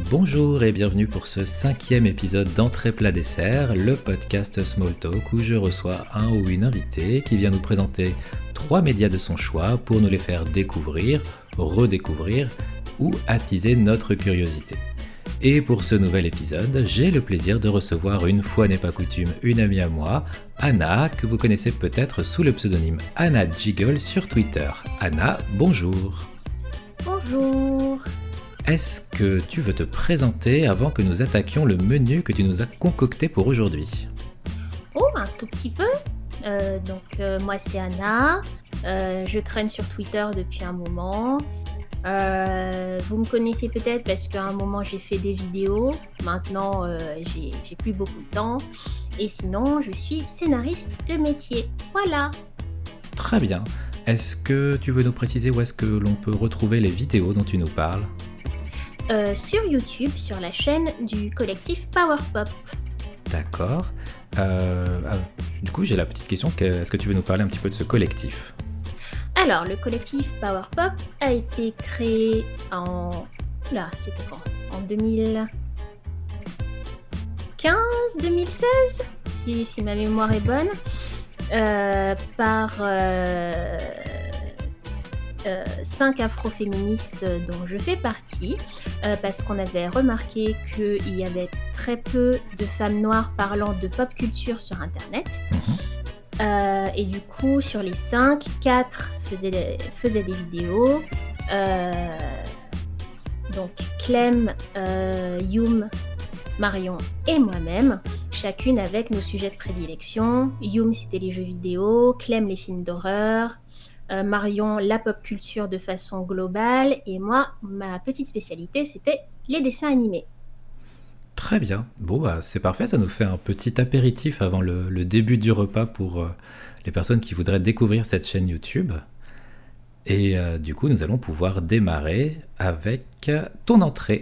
Bonjour et bienvenue pour ce 5e épisode d'Entrée Plat Dessert, le podcast Small Talk où je reçois un ou une invitée qui vient nous présenter 3 médias de son choix pour nous les faire découvrir, redécouvrir ou attiser notre curiosité. Et pour ce nouvel épisode, j'ai le plaisir de recevoir une fois n'est pas coutume une amie à moi, Anna, que vous connaissez peut-être sous le pseudonyme Anna Jiggle sur Twitter. Anna, bonjour. Bonjour. Est-ce que tu veux te présenter avant que nous attaquions le menu que tu nous as concocté pour aujourd'hui ? Oh, un tout petit peu. Moi c'est Anna. Je traîne sur Twitter depuis un moment. Vous me connaissez peut-être parce qu'à un moment j'ai fait des vidéos. Maintenant j'ai plus beaucoup de temps. Et sinon je suis scénariste de métier. Voilà. Très bien. Est-ce que tu veux nous préciser où est-ce que l'on peut retrouver les vidéos dont tu nous parles ? Sur YouTube, sur la chaîne du collectif Powerpop. D'accord. Du coup, j'ai la petite question. Est-ce que tu veux nous parler un petit peu de ce collectif ? Alors, le collectif Powerpop a été créé en... c'était quand ? En 2015-2016 si ma mémoire est bonne. Par 5 afroféministes dont je fais partie, parce qu'on avait remarqué qu'il y avait très peu de femmes noires parlant de pop culture sur Internet. Et du coup, sur les 5, 4 faisaient des vidéos. Donc Clem, Youm, Marion et moi-même, chacune avec nos sujets de prédilection. Youm, c'était les jeux vidéo, Clem, les films d'horreur, Marion, la pop culture de façon globale, et moi, ma petite spécialité, c'était les dessins animés. Très bien. Bon, c'est parfait, ça nous fait un petit apéritif avant le début du repas pour les personnes qui voudraient découvrir cette chaîne YouTube. Et du coup, nous allons pouvoir démarrer avec ton entrée.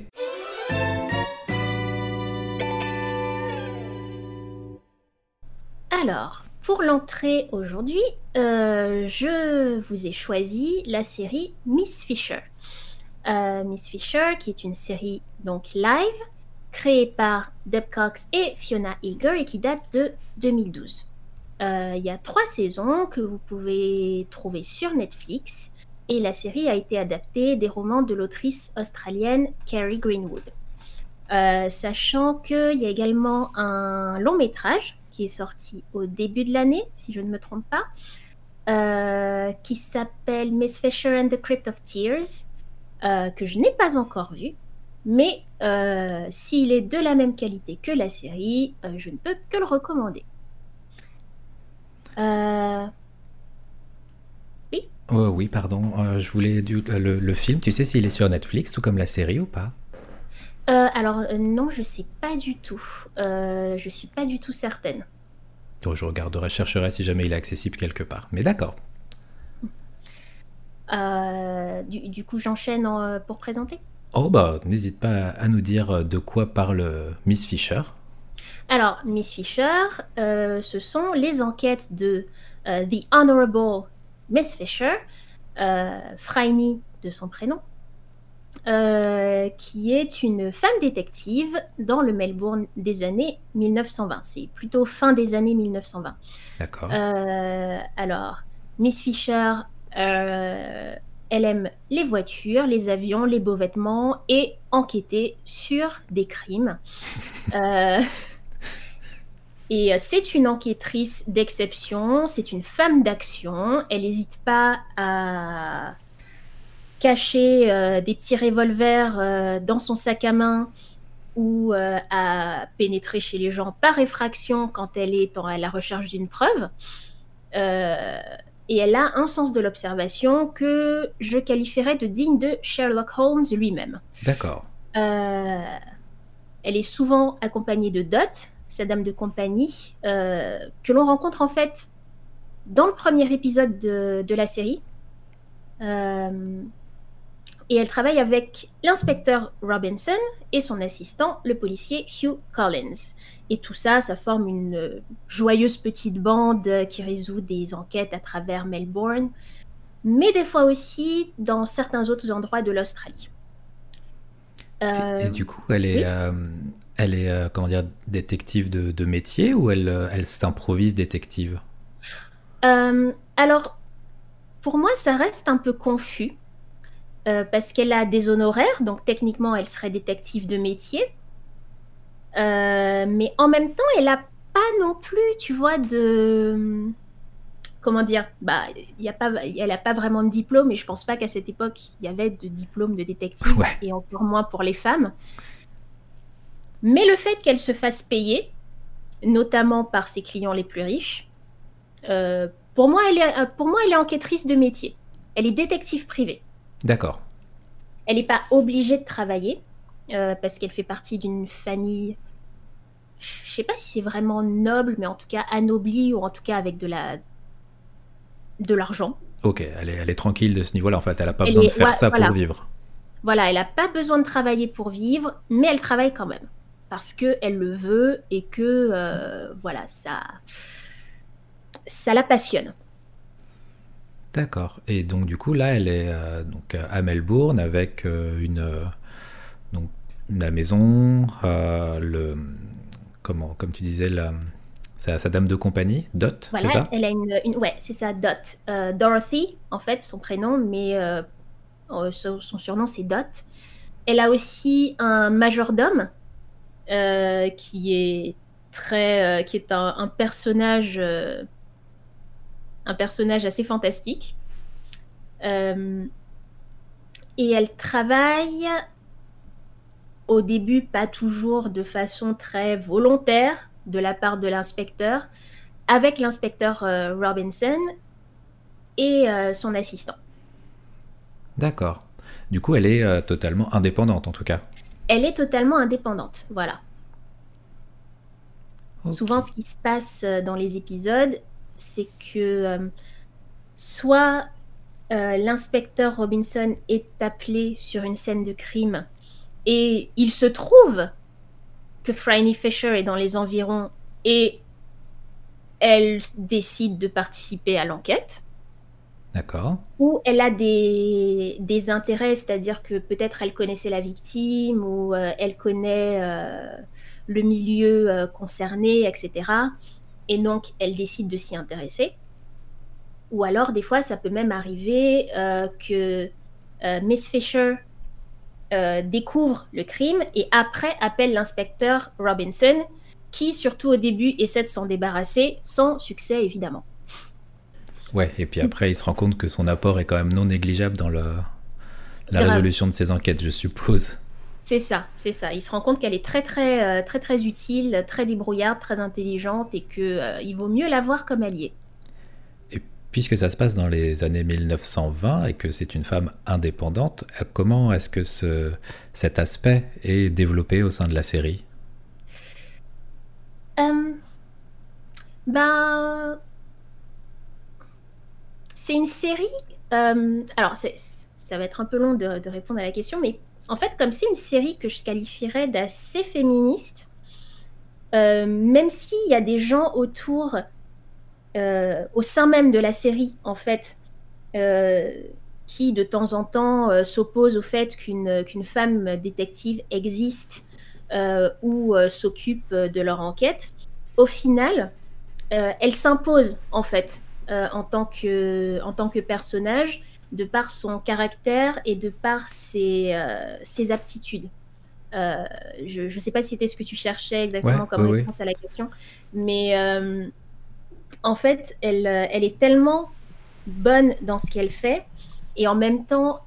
Alors, pour l'entrée aujourd'hui, je vous ai choisi la série Miss Fisher. Miss Fisher, qui est une série donc live, créée par Deb Cox et Fiona Eager et qui date de 2012. Il y a 3 saisons que vous pouvez trouver sur Netflix et la série a été adaptée des romans de l'autrice australienne Kerry Greenwood. Sachant qu'il y a également un long métrage qui est sorti au début de l'année, si je ne me trompe pas, qui s'appelle Miss Fisher and the Crypt of Tears, que je n'ai pas encore vu, mais s'il est de la même qualité que la série, je ne peux que le recommander. Oui. Oui, pardon. Je voulais le film. Tu sais s'il est sur Netflix, tout comme la série ou pas ? Non, je sais pas du tout. Je suis pas du tout certaine. Donc, je chercherai si jamais il est accessible quelque part. Mais d'accord. Du coup, j'enchaîne pour présenter. Oh n'hésite pas à nous dire de quoi parle Miss Fisher. Alors, Miss Fisher, ce sont les enquêtes de The Honorable Miss Fisher, Franny de son prénom, qui est une femme détective dans le Melbourne des années 1920. C'est plutôt fin des années 1920. D'accord. Alors, Miss Fisher, elle aime les voitures, les avions, les beaux vêtements et enquêter sur des crimes. Et c'est une enquêtrice d'exception, c'est une femme d'action. Elle n'hésite pas à cacher des petits revolvers dans son sac à main ou à pénétrer chez les gens par effraction quand elle est à la recherche d'une preuve. Et elle a un sens de l'observation que je qualifierais de digne de Sherlock Holmes lui-même. D'accord. Elle est souvent accompagnée de Dot, sa dame de compagnie, que l'on rencontre en fait dans le premier épisode de la série. Et elle travaille avec l'inspecteur Robinson et son assistant, le policier Hugh Collins. Et tout ça, ça forme une joyeuse petite bande qui résout des enquêtes à travers Melbourne, mais des fois aussi dans certains autres endroits de l'Australie. Et Euh, du coup, oui. elle est comment dire, détective de métier ou elle s'improvise détective? Alors, pour moi, ça reste un peu confus parce qu'elle a des honoraires, donc techniquement, elle serait détective de métier. Mais en même temps, elle a pas non plus, tu vois, de... Comment dire? Bah, y a pas, elle a pas vraiment de diplôme et je pense pas qu'à cette époque, il y avait de diplôme de détective Ouais, et encore moins pour les femmes. Mais le fait qu'elle se fasse payer, notamment par ses clients les plus riches, pour moi, elle est enquêtrice de métier. Elle est détective privée. d'accord. Elle n'est pas obligée de travailler parce qu'elle fait partie d'une famille, je sais pas si c'est vraiment noble, mais en tout cas anoblie ou en tout cas avec de l'argent. Ok, elle est tranquille de ce niveau-là, en fait. Elle a pas Elle besoin de est, faire ouais, ça pour voilà, vivre. voilà, elle n'a pas besoin de travailler pour vivre, mais elle travaille quand même parce que elle le veut et que voilà, ça la passionne. D'accord. Et donc, du coup, là, elle est donc, à Melbourne avec donc, la maison, comme tu disais, sa dame de compagnie, Dot, c'est Voilà, ça? elle a ouais, c'est ça, Dot. Dorothy, en fait, son prénom, mais son surnom, c'est Dot. Elle a aussi un majordome qui est qui est un personnage assez fantastique. Euh, et elle travaille au début, pas toujours de façon très volontaire de la part de l'inspecteur, avec l'inspecteur Robinson et son assistant. D'accord. Du coup, elle est totalement indépendante, en tout cas. Elle est totalement indépendante, voilà. Ok. Souvent, ce qui se passe dans les épisodes, c'est que soit l'inspecteur Robinson est appelé sur une scène de crime et il se trouve que Franny Fisher est dans les environs et elle décide de participer à l'enquête. D'accord. Ou elle a des intérêts, c'est-à-dire que peut-être elle connaissait la victime ou elle connaît le milieu concerné, etc. Et donc, elle décide de s'y intéresser. Ou alors, des fois, ça peut même arriver que Miss Fisher découvre le crime et après appelle l'inspecteur Robinson, qui, surtout au début, essaie de s'en débarrasser, sans succès, évidemment. Ouais, et puis après, il se rend compte que son apport est quand même non négligeable dans la Grave. résolution de ses enquêtes, je suppose. C'est ça, c'est ça. Il se rend compte qu'elle est très, très utile, très débrouillarde, très intelligente et que il vaut mieux la voir comme alliée. Et puisque ça se passe dans les années 1920 et que c'est une femme indépendante, comment est-ce que cet aspect est développé au sein de la série? Euh, ben, c'est une série. Alors, ça va être un peu long de répondre à la question, mais en fait, comme c'est une série que je qualifierais d'assez féministe, même s'il y a des gens autour, au sein même de la série, en fait, euh, qui de temps en temps s'opposent au fait qu'une femme détective existe ou s'occupe de leur enquête, au final, elle s'impose en fait en tant que personnage de par son caractère et de par ses aptitudes. Euh, je ne sais pas si c'était ce que tu cherchais Ouais, exactement comme oui, oui. réponse à la question, mais en fait, elle est tellement bonne dans ce qu'elle fait et en même temps,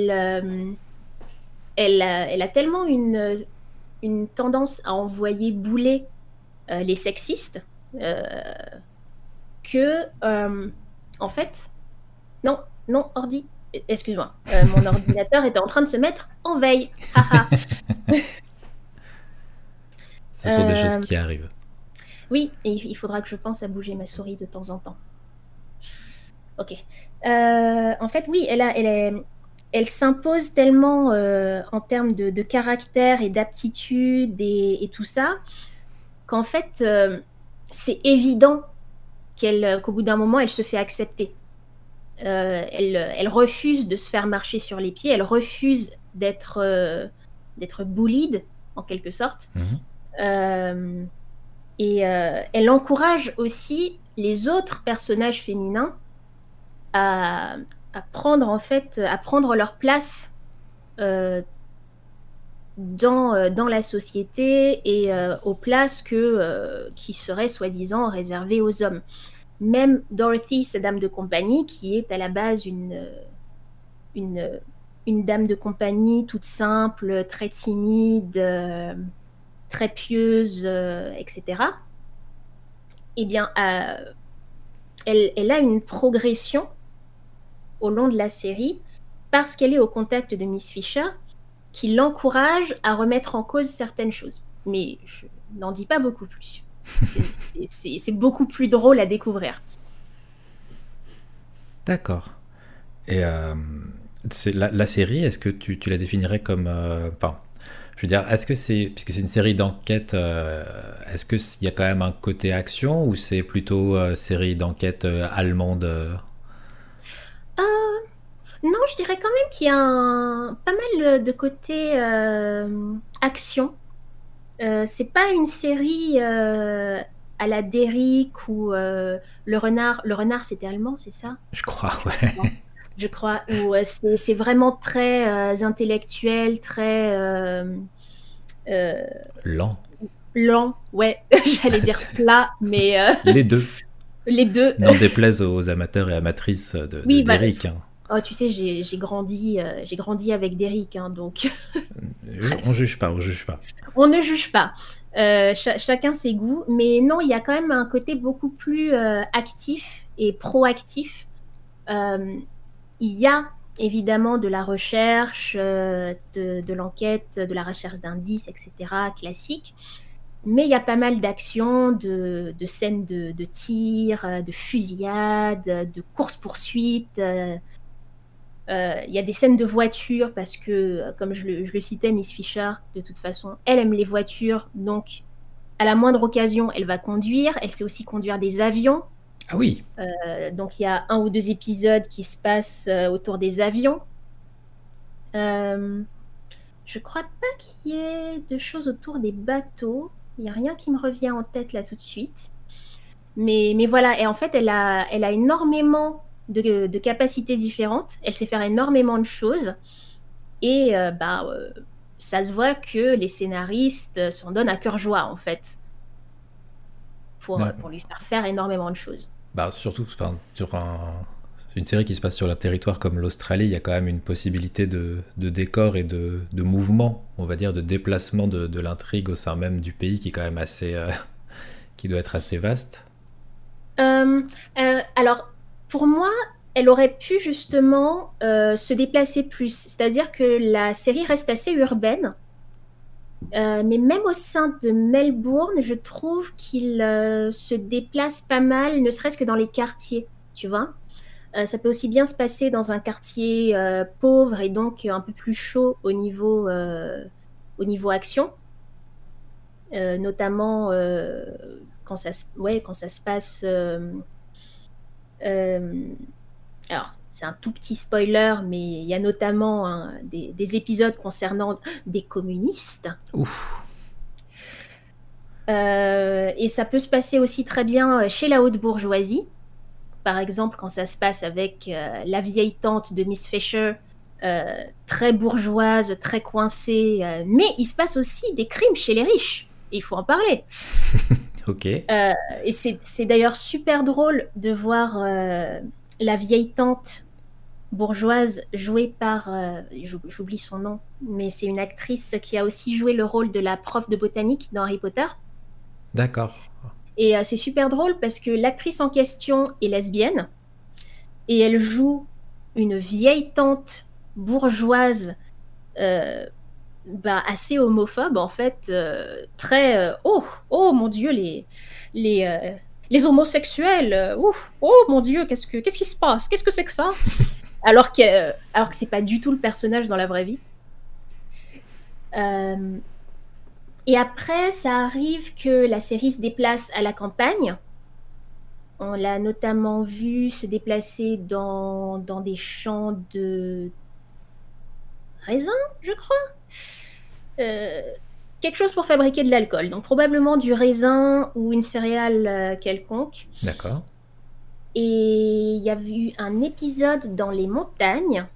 elle a tellement une tendance à envoyer bouler les sexistes euh, que, en fait, non, non, ordi, excuse-moi, mon ordinateur était en train de se mettre en veille. Haha. Ce sont des choses Euh, qui arrivent. oui, et il faudra que je pense à bouger ma souris de temps en temps. Ok. En fait, oui, elle s'impose tellement en termes de caractère et d'aptitude et tout ça, qu'en fait, c'est évident qu'au bout d'un moment, elle se fait accepter. Elle refuse de se faire marcher sur les pieds, elle refuse d'être d'être bullied, en quelque sorte. Mhm. Elle encourage aussi les autres personnages féminins à prendre leur place dans la société et aux places qui seraient soi-disant réservées aux hommes. Même Dorothy, sa dame de compagnie, qui est à la base une dame de compagnie toute simple, très timide, très pieuse, etc. Eh bien, elle a une progression au long de la série parce qu'elle est au contact de Miss Fisher, qui l'encourage à remettre en cause certaines choses. Mais je n'en dis pas beaucoup plus. C'est beaucoup plus drôle à découvrir. D'accord. Et la série, est-ce que tu la définirais comme... Enfin, je veux dire, est-ce que c'est... Puisque c'est une série d'enquête, est-ce qu'il y a quand même un côté action ou c'est plutôt série d'enquête allemande Non, je dirais quand même qu'il y a pas mal de côté action. C'est pas une série à la Derrick ou le renard c'était allemand, c'est ça? Je crois, ouais. Non, je crois. Où c'est vraiment très intellectuel, très Lent. lent. Ouais, j'allais dire plat, mais Les deux. les deux. N'en déplaise aux amateurs et amatrices Oui, d'Eric. Hein. Oh, tu sais, j'ai grandi avec Derrick, hein, donc On juge pas, on juge pas. on ne juge pas. Chacun ses goûts, mais non, il y a quand même un côté beaucoup plus actif et proactif. Il y a évidemment de la recherche, de l'enquête, de la recherche d'indices, etc., classique. Mais il y a pas mal d'actions, de scènes de tir, de fusillade, de course-poursuite. Il y a des scènes de voitures parce que, comme je le citais, Miss Fisher, de toute façon, elle aime les voitures. Donc, à la moindre occasion, elle va conduire. Elle sait aussi conduire des avions. Ah oui. Donc, il y a 1 ou 2 épisodes qui se passent autour des avions. Je crois pas qu'il y ait de choses autour des bateaux. Il n'y a rien qui me revient en tête là tout de suite. Mais voilà, et en fait, elle a énormément de capacités différentes. Elle sait faire énormément de choses. Et ça se voit que les scénaristes s'en donnent à cœur joie, en fait, pour lui faire énormément de choses. Bah, surtout, sur une série qui se passe sur un territoire comme l'Australie, il y a quand même une possibilité de décor et de mouvement, on va dire, de déplacement de l'intrigue au sein même du pays qui est quand même assez... qui doit être assez vaste. Alors, pour moi, elle aurait pu justement se déplacer plus. C'est-à-dire que la série reste assez urbaine. Mais même au sein de Melbourne, je trouve qu'il se déplace pas mal, ne serait-ce que dans les quartiers, tu vois. Ça peut aussi bien se passer dans un quartier pauvre et donc un peu plus chaud au niveau action, notamment quand ça se passe... alors, c'est un tout petit spoiler, mais il y a notamment des épisodes concernant des communistes. Ouf. Et ça peut se passer aussi très bien chez la haute bourgeoisie. Par exemple, quand ça se passe avec la vieille tante de Miss Fisher, très bourgeoise, très coincée. Mais il se passe aussi des crimes chez les riches. Et il faut en parler. Ok. Et c'est d'ailleurs super drôle de voir la vieille tante bourgeoise jouée par... j'oublie son nom, mais c'est une actrice qui a aussi joué le rôle de la prof de botanique dans Harry Potter. D'accord. Et c'est super drôle parce que l'actrice en question est lesbienne et elle joue une vieille tante bourgeoise assez homophobe en fait, très oh mon Dieu les homosexuels, oh mon Dieu qu'est-ce qui se passe, qu'est-ce que c'est que ça alors que c'est pas du tout le personnage dans la vraie vie. Et après, ça arrive que la série se déplace à la campagne. On l'a notamment vu se déplacer dans des champs de raisins, je crois. euh, quelque chose pour fabriquer de l'alcool. Donc probablement du raisin ou une céréale quelconque. D'accord. Et il y a eu un épisode dans les montagnes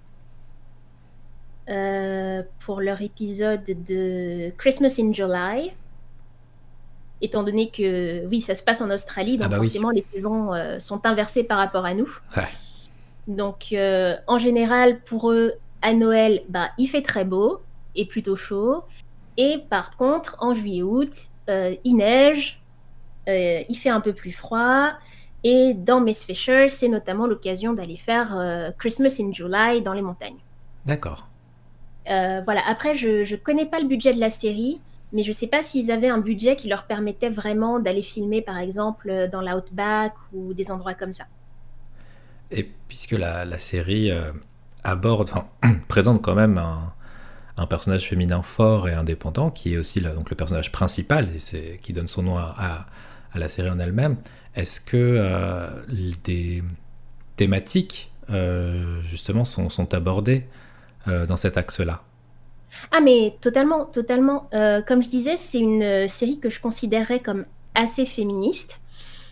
pour leur épisode de Christmas in July. Étant donné que, oui, ça se passe en Australie, donc forcément, les saisons sont inversées par rapport à nous. Ouais. Donc, en général, pour eux, à Noël, il fait très beau et plutôt chaud. Et par contre, en juillet-août, il neige, il fait un peu plus froid. Et dans Miss Fisher, c'est notamment l'occasion d'aller faire Christmas in July dans les montagnes. D'accord. Voilà. Après, je connais pas le budget de la série, mais je sais pas s'ils avaient un budget qui leur permettait vraiment d'aller filmer, par exemple, dans l'Outback ou des endroits comme ça. Et puisque la série présente quand même un personnage féminin fort et indépendant, qui est aussi donc le personnage principal, et qui donne son nom à la série en elle-même, est-ce que des thématiques, justement, sont abordées dans cet axe-là? Ah mais totalement, totalement. Comme je disais, c'est une série que je considérerais comme assez féministe.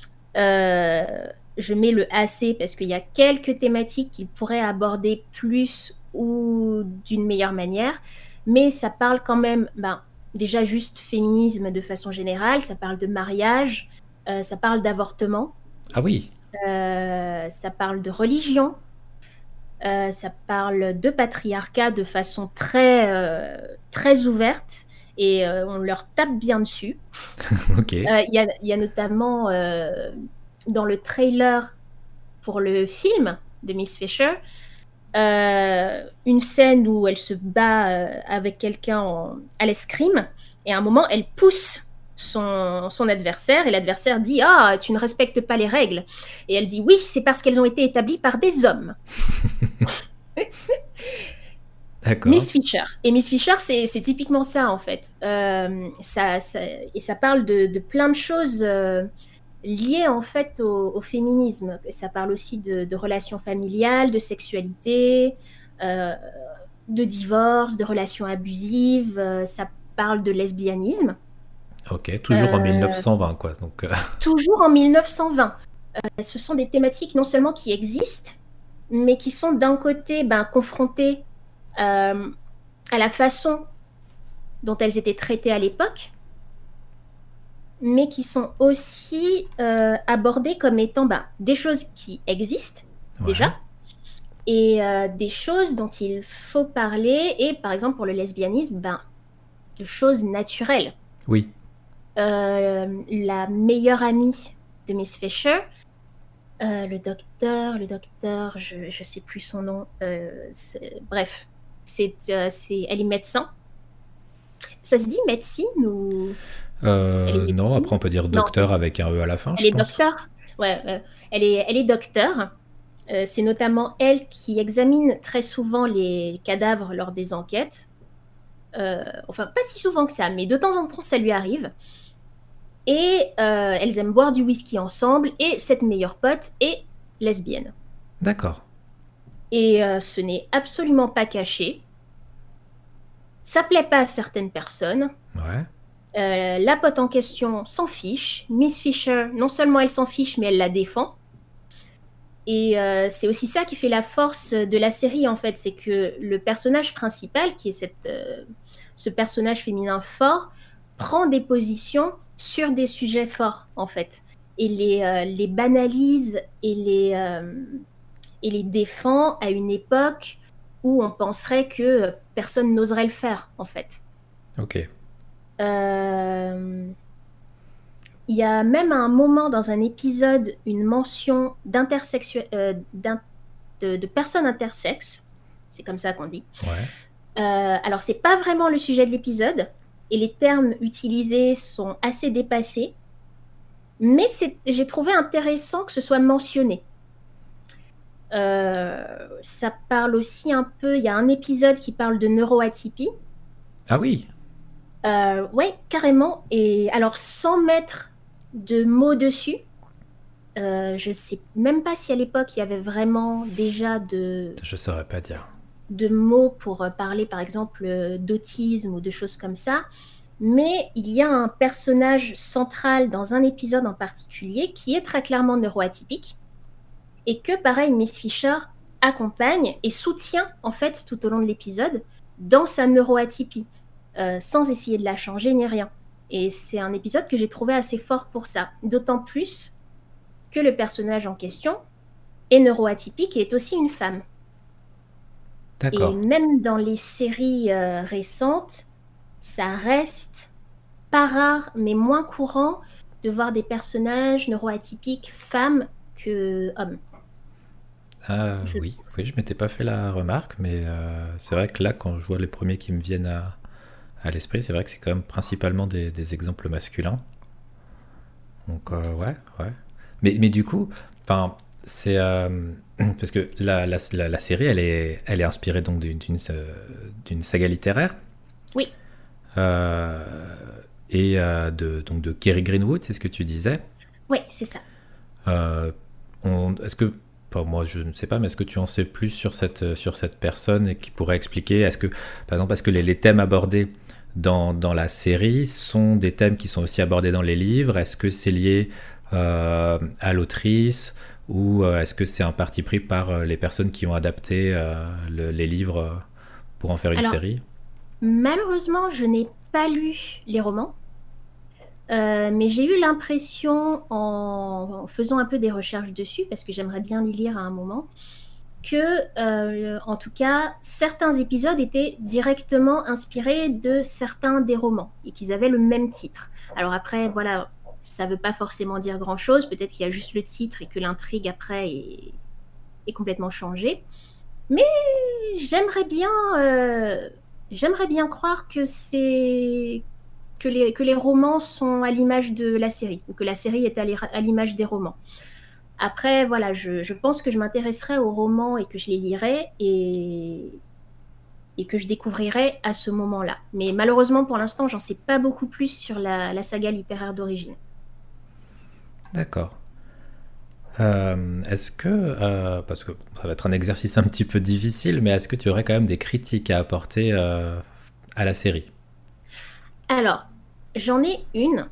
Je mets le assez parce qu'il y a quelques thématiques qu'il pourrait aborder plus ou d'une meilleure manière, mais ça parle quand même, déjà juste féminisme de façon générale, ça parle de mariage, ça parle d'avortement. Ah oui. Ça parle de religion. Ça parle de patriarcat de façon très ouverte et on leur tape bien dessus. Ok. Il y a notamment dans le trailer pour le film de Miss Fisher une scène où elle se bat avec quelqu'un à l'escrime et à un moment elle pousse son adversaire et l'adversaire dit « Ah, tu ne respectes pas les règles ». Et elle dit « Oui, c'est parce qu'elles ont été établies par des hommes ». D'accord. Miss Fisher. Et Miss Fisher, c'est typiquement ça, en fait. Et ça parle de plein de choses liées, en fait, au féminisme. Ça parle aussi de relations familiales, de sexualité, de divorce, de relations abusives. Ça parle de lesbianisme. Ok, toujours en 1920, quoi. Donc, Toujours en 1920. Ce sont des thématiques non seulement qui existent, mais qui sont d'un côté confrontées à la façon dont elles étaient traitées à l'époque, mais qui sont aussi abordées comme étant des choses qui existent déjà, et des choses dont il faut parler, et par exemple pour le lesbianisme, de choses naturelles. Oui. La meilleure amie de Miss Fisher, le docteur, je sais plus son nom, bref, elle est médecin. Ça se dit médecine ou non, après on peut dire docteur avec un E à la fin, je pense. Elle est docteur. Ouais, elle est docteur. C'est notamment elle qui examine très souvent les cadavres lors des enquêtes. Enfin, pas si souvent que ça, mais de temps en temps, ça lui arrive. Et elles aiment boire du whisky ensemble, et cette meilleure pote est lesbienne. D'accord. Et ce n'est absolument pas caché. Ça plaît pas à certaines personnes. Ouais. La pote en question s'en fiche. Miss Fisher, non seulement elle s'en fiche, mais elle la défend. Et c'est aussi ça qui fait la force de la série, en fait. C'est que le personnage principal, qui est ce personnage féminin fort, prend des positions sur des sujets forts, en fait. Et les banalise et les défend à une époque où on penserait que personne n'oserait le faire, en fait. Ok. Il y a même à un moment dans un épisode une mention de personnes intersexes. C'est comme ça qu'on dit. Ouais. Alors, c'est pas vraiment le sujet de l'épisode et les termes utilisés sont assez dépassés. Mais j'ai trouvé intéressant que ce soit mentionné. Ça parle aussi un peu... Il y a un épisode qui parle de neuroatypie. Ah oui. Ouais, carrément. Et alors, sans mettre de mots dessus, je ne sais même pas si à l'époque il y avait vraiment déjà de... Je saurais pas dire. de mots pour parler, par exemple, d'autisme ou de choses comme ça. Mais il y a un personnage central dans un épisode en particulier qui est très clairement neuroatypique et que, pareil, Miss Fisher accompagne et soutient, en fait, tout au long de l'épisode dans sa neuroatypie, sans essayer de la changer ni rien. Et c'est un épisode que j'ai trouvé assez fort pour ça. D'autant plus que le personnage en question est neuroatypique et est aussi une femme. D'accord. Et même dans les séries récentes, ça reste pas rare, mais moins courant de voir des personnages neuroatypiques femmes que hommes. Ah Je- oui, oui, je m'étais pas fait la remarque, mais c'est vrai que là, quand je vois les premiers qui me viennent à l'esprit, c'est vrai que c'est quand même principalement des exemples masculins. Donc ouais, ouais. Mais du coup, enfin, c'est parce que la série, elle est inspirée donc d'une saga littéraire Oui, euh, et donc de Kerry Greenwood, c'est ce que tu disais. oui, c'est ça. Euh, est-ce que, enfin, moi je ne sais pas, mais est-ce que tu en sais plus sur cette personne et qui pourrait expliquer, est-ce que, par exemple, est-ce que les thèmes abordés dans la série sont des thèmes qui sont aussi abordés dans les livres? Est-ce que c'est lié à l'autrice ou est-ce que c'est un parti pris par les personnes qui ont adapté les livres pour en faire une Alors, série? malheureusement, je n'ai pas lu les romans, mais j'ai eu l'impression, en faisant un peu des recherches dessus, parce que j'aimerais bien les lire à un moment, que, en tout cas, certains épisodes étaient directement inspirés de certains des romans et qu'ils avaient le même titre. Alors après, voilà, ça ne veut pas forcément dire grand-chose. Peut-être qu'il y a juste le titre et que l'intrigue après est complètement changée. Mais j'aimerais j'aimerais bien croire que que les romans sont à l'image de la série, ou que la série est à l'image des romans. Après, voilà, je pense que je m'intéresserai aux romans et que je les lirai et que je découvrirai à ce moment-là. Mais malheureusement, pour l'instant, j'en sais pas beaucoup plus sur la saga littéraire d'origine. D'accord. Est-ce que, parce que ça va être un exercice un petit peu difficile, mais est-ce que tu aurais quand même des critiques à apporter à la série? Alors, j'en ai une,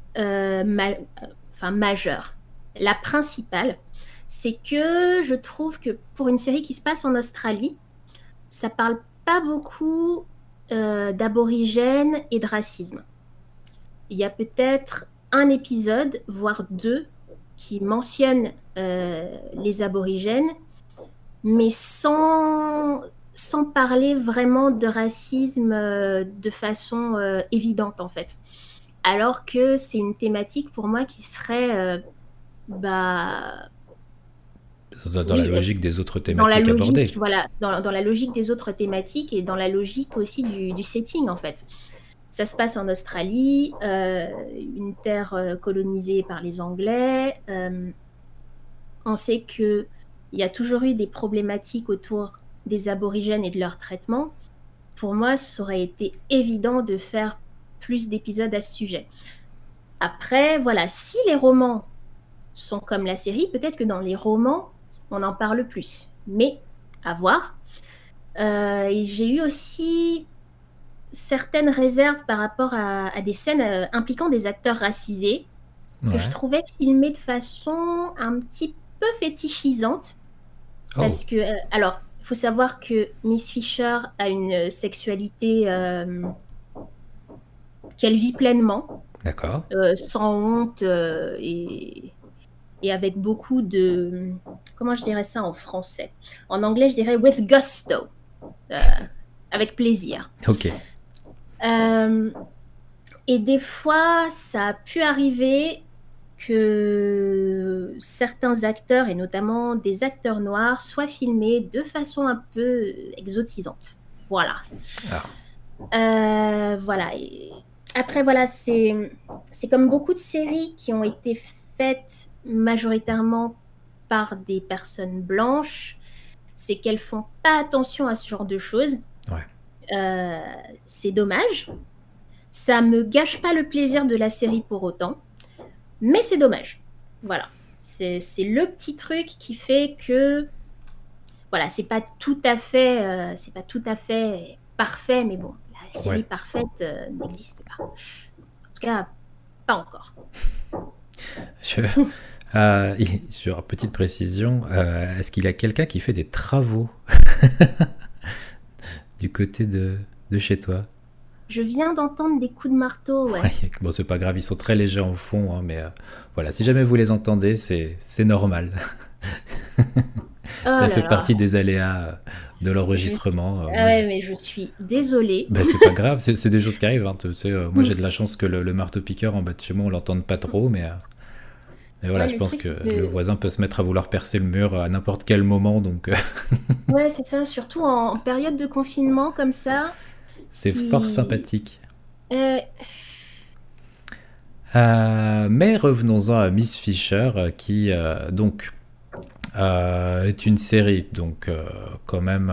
enfin majeure. La principale, c'est que je trouve que pour une série qui se passe en Australie, ça parle pas beaucoup d'aborigènes et de racisme. Il y a peut-être un épisode, voire deux, qui mentionnent les aborigènes, mais sans parler vraiment de racisme de façon évidente, en fait. Alors que c'est une thématique pour moi qui serait, bah, Dans la oui, logique des autres dans la thématiques logique, abordées. voilà, dans la logique des autres thématiques et dans la logique aussi du setting, en fait. Ça se passe en Australie, une terre colonisée par les Anglais. On sait qu'il y a toujours eu des problématiques autour des aborigènes et de leur traitement. Pour moi, ça aurait été évident de faire plus d'épisodes à ce sujet. Après, voilà, si les romans sont comme la série, peut-être que dans les romans, on en parle plus. Mais à voir. Et j'ai eu aussi certaines réserves par rapport à des scènes impliquant des acteurs racisés que je Ouais. trouvais filmées de façon un petit peu fétichisante. Oh, Parce que, alors, il faut savoir que Miss Fisher a une sexualité qu'elle vit pleinement, d'accord. sans honte et avec beaucoup de... Comment je dirais ça en français? En anglais, je dirais with gusto, euh, avec plaisir. Ok. Euh, et des fois, ça a pu arriver que certains acteurs, et notamment des acteurs noirs, soient filmés de façon un peu exotisante. Voilà. Ah, Voilà. Et après, voilà, c'est comme beaucoup de séries qui ont été faites majoritairement par des personnes blanches, c'est qu'elles font pas attention à ce genre de choses. ouais. C'est dommage. Ça me gâche pas le plaisir de la série pour autant, mais c'est dommage. Voilà. C'est le petit truc qui fait que voilà, c'est pas tout à fait parfait, mais bon, la série Ouais. parfaite n'existe pas. En tout cas, pas encore. Je, genre, petite précision, est-ce qu'il y a quelqu'un qui fait des travaux du côté de chez toi? Je viens d'entendre des coups de marteau, ouais. Ouais, bon, c'est pas grave, ils sont très légers en fond, hein, mais voilà, si jamais vous les entendez, c'est normal. Oh Ça là fait là. partie des aléas de Je... l'enregistrement. Ah ouais, mais je suis désolée. Ben, c'est pas grave, c'est des choses qui arrivent. Hein, tu sais, moi, j'ai Mm. de la chance que le marteau-piqueur en bas de chez moi, on l'entende pas trop, mais voilà, Ouais, je le pense truc, que c'est le que... voisin peut se mettre à vouloir percer le mur à n'importe quel moment, donc Ouais, c'est ça, surtout en période de confinement comme ça, c'est fort si... sympathique. Euh, Mais revenons-en à Miss Fisher, qui donc est une série, donc quand même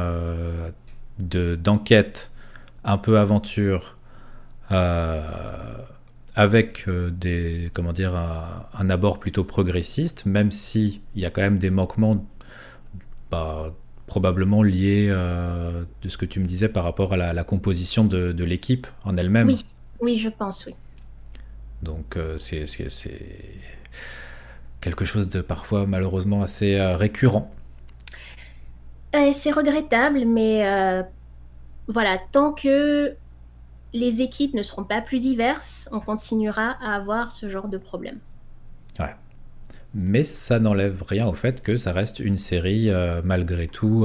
d'enquête, un peu aventure, euh, avec comment dire, un abord plutôt progressiste, même si il y a quand même des manquements, bah, probablement liés de ce que tu me disais par rapport à la composition de l'équipe en elle-même. oui, oui, je pense, oui. Donc c'est quelque chose de parfois malheureusement assez récurrent. C'est regrettable, mais voilà, tant que les équipes ne seront pas plus diverses, on continuera à avoir ce genre de problème. Ouais. Mais ça n'enlève rien au fait que ça reste une série malgré tout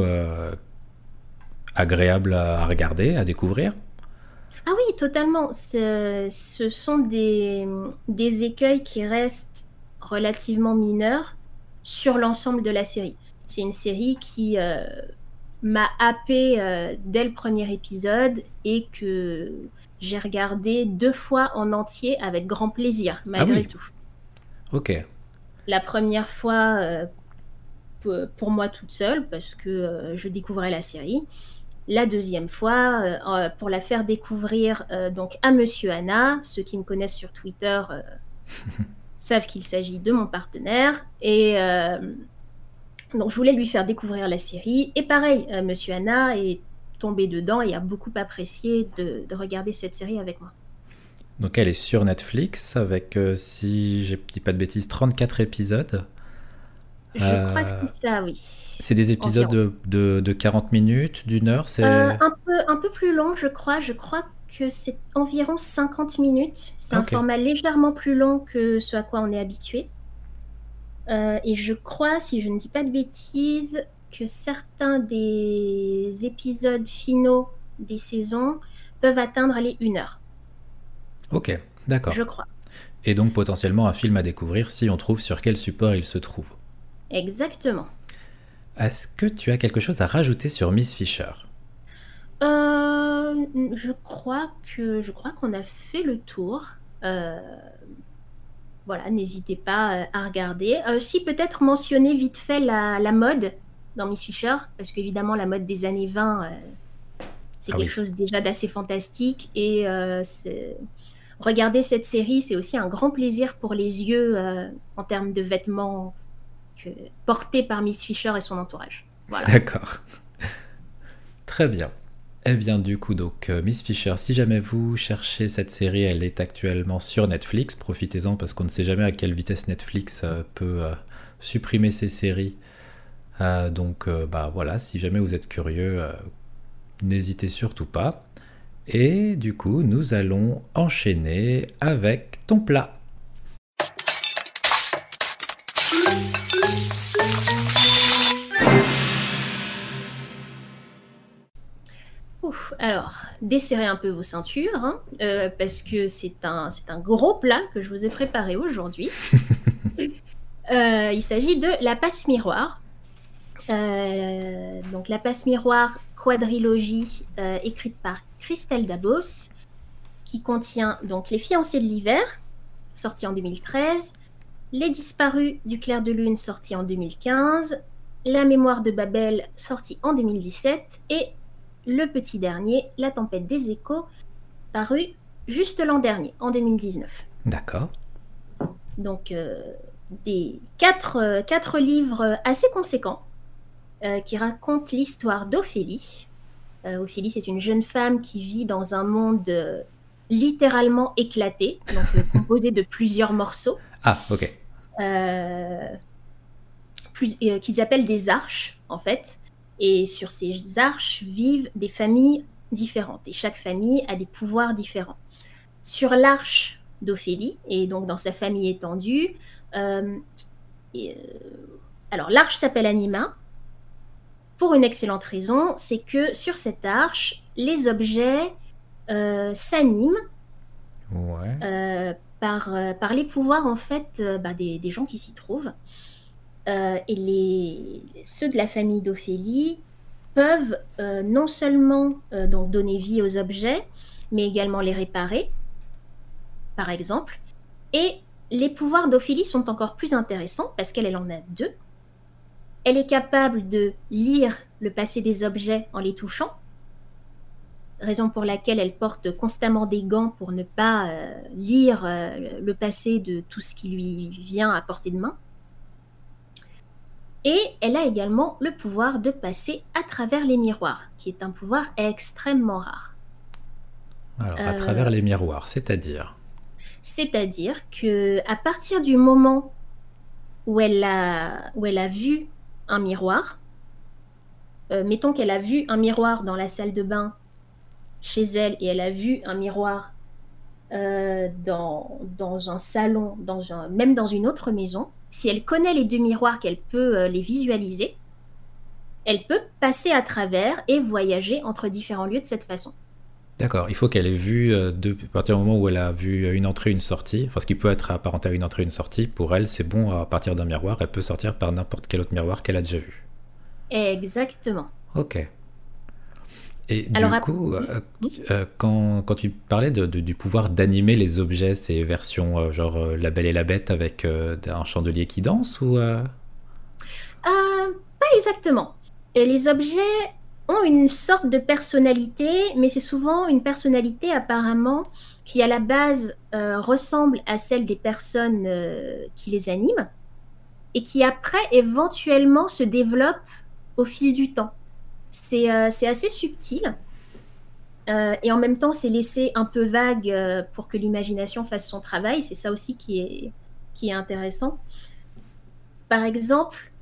agréable à regarder, à découvrir. Ah oui, totalement. Ce sont des écueils qui restent relativement mineurs sur l'ensemble de la série. C'est une série qui m'a happée dès le premier épisode et que j'ai regardé 2 fois en entier avec grand plaisir, Ah malgré oui, tout. ok. La première fois pour moi toute seule, parce que je découvrais la série. La deuxième fois, pour la faire découvrir donc à Monsieur Anna, ceux qui me connaissent sur Twitter savent qu'il s'agit de mon partenaire. Et donc, je voulais lui faire découvrir la série. Et pareil, Monsieur Anna est tombé dedans et a beaucoup apprécié de regarder cette série avec moi. Donc elle est sur Netflix avec, si je dis pas de bêtises, 34 épisodes. Je crois que Euh, c'est ça, oui. c'est des épisodes Environ. de 40 minutes, d'une heure, c'est... Un peu plus long, je crois. Je crois que c'est environ 50 minutes. C'est un Ok. format légèrement plus long que ce à quoi on est habitué. Et je crois, si je ne dis pas de bêtises, que certains des épisodes finaux des saisons peuvent atteindre les 1 heure. Ok, d'accord. Je crois. Et donc potentiellement un film à découvrir si on trouve sur quel support il se trouve. Exactement. Est-ce que tu as quelque chose à rajouter sur Miss Fisher? Je crois qu'on a fait le tour. Euh, voilà, n'hésitez pas à regarder. Si peut-être mentionner vite fait la mode dans Miss Fisher, parce qu'évidemment la mode des années 20, c'est Ah quelque oui, chose déjà d'assez fantastique. Et regarder cette série, c'est aussi un grand plaisir pour les yeux en termes de vêtements portés par Miss Fisher et son entourage. Voilà. d'accord. Très bien. Eh bien du coup, donc Miss Fisher, si jamais vous cherchez cette série, elle est actuellement sur Netflix. Profitez-en parce qu'on ne sait jamais à quelle vitesse Netflix peut supprimer ses séries. Donc bah voilà, si jamais vous êtes curieux, n'hésitez surtout pas. Et du coup, nous allons enchaîner avec ton plat. Ouf, alors, desserrez un peu vos ceintures, hein, parce que c'est un gros plat que je vous ai préparé aujourd'hui. Il s'agit de la passe miroir. Donc la passe miroir quadrilogie écrite par Christelle Dabos, qui contient donc Les fiancés de l'hiver, sorti en 2013, Les disparus du clair de lune, sorti en 2015, La mémoire de Babel, sorti en 2017, et le petit dernier, La tempête des échos, paru juste l'an dernier, en 2019. D'accord. Donc des quatre livres assez conséquents. qui raconte l'histoire d'Ophélie. Ophélie, c'est une jeune femme qui vit dans un monde littéralement éclaté, donc composé de plusieurs morceaux. Ah, ok. Qu'ils appellent des arches, en fait. Et sur ces arches vivent des familles différentes. Et chaque famille a des pouvoirs différents. Sur l'arche d'Ophélie, et donc dans sa famille étendue, alors l'arche s'appelle Anima, pour une excellente raison, c'est que sur cette arche, les objets s'animent par les pouvoirs en fait des gens qui s'y trouvent. Et ceux de la famille d'Ophélie peuvent non seulement donc donner vie aux objets, mais également les réparer, par exemple. Et les pouvoirs d'Ophélie sont encore plus intéressants parce qu'elle en a 2. Elle est capable de lire le passé des objets en les touchant, raison pour laquelle elle porte constamment des gants pour ne pas lire le passé de tout ce qui lui vient à portée de main. Et elle a également le pouvoir de passer à travers les miroirs, qui est un pouvoir extrêmement rare. Alors, à travers les miroirs, c'est-à-dire qu'à partir du moment où elle a vu un miroir, mettons qu'elle a vu un miroir dans la salle de bain chez elle et elle a vu un miroir dans un salon, même dans une autre maison, si elle connaît les 2 miroirs, qu'elle peut les visualiser, elle peut passer à travers et voyager entre différents lieux de cette façon. D'accord, il faut qu'elle ait vu, à partir du moment où elle a vu une entrée, une sortie, enfin ce qui peut être apparenté à une entrée, une sortie, pour elle c'est bon, à partir d'un miroir, elle peut sortir par n'importe quel autre miroir qu'elle a déjà vu. Exactement. Ok. Et coup, quand tu parlais du pouvoir d'animer les objets, c'est version genre La Belle et la Bête avec un chandelier qui danse ou Pas exactement. Et les objets ont une sorte de personnalité, mais c'est souvent une personnalité apparemment qui à la base ressemble à celle des personnes qui les animent et qui après éventuellement se développe au fil du temps. C'est assez subtil et en même temps c'est laissé un peu vague pour que l'imagination fasse son travail. C'est ça aussi qui est intéressant. Par exemple,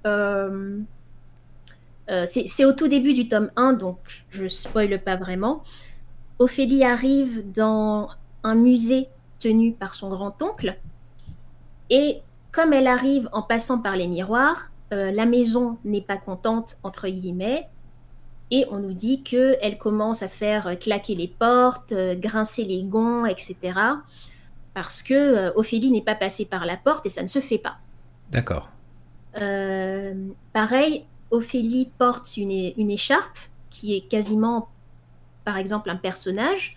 c'est au tout début du tome 1, donc je spoile pas vraiment. Ophélie arrive dans un musée tenu par son grand-oncle et comme elle arrive en passant par les miroirs, la maison n'est pas contente, entre guillemets, et on nous dit qu'elle commence à faire claquer les portes, grincer les gonds, etc. Parce que Ophélie n'est pas passée par la porte et ça ne se fait pas. D'accord. Pareil, Ophélie porte une écharpe qui est quasiment, par exemple, un personnage.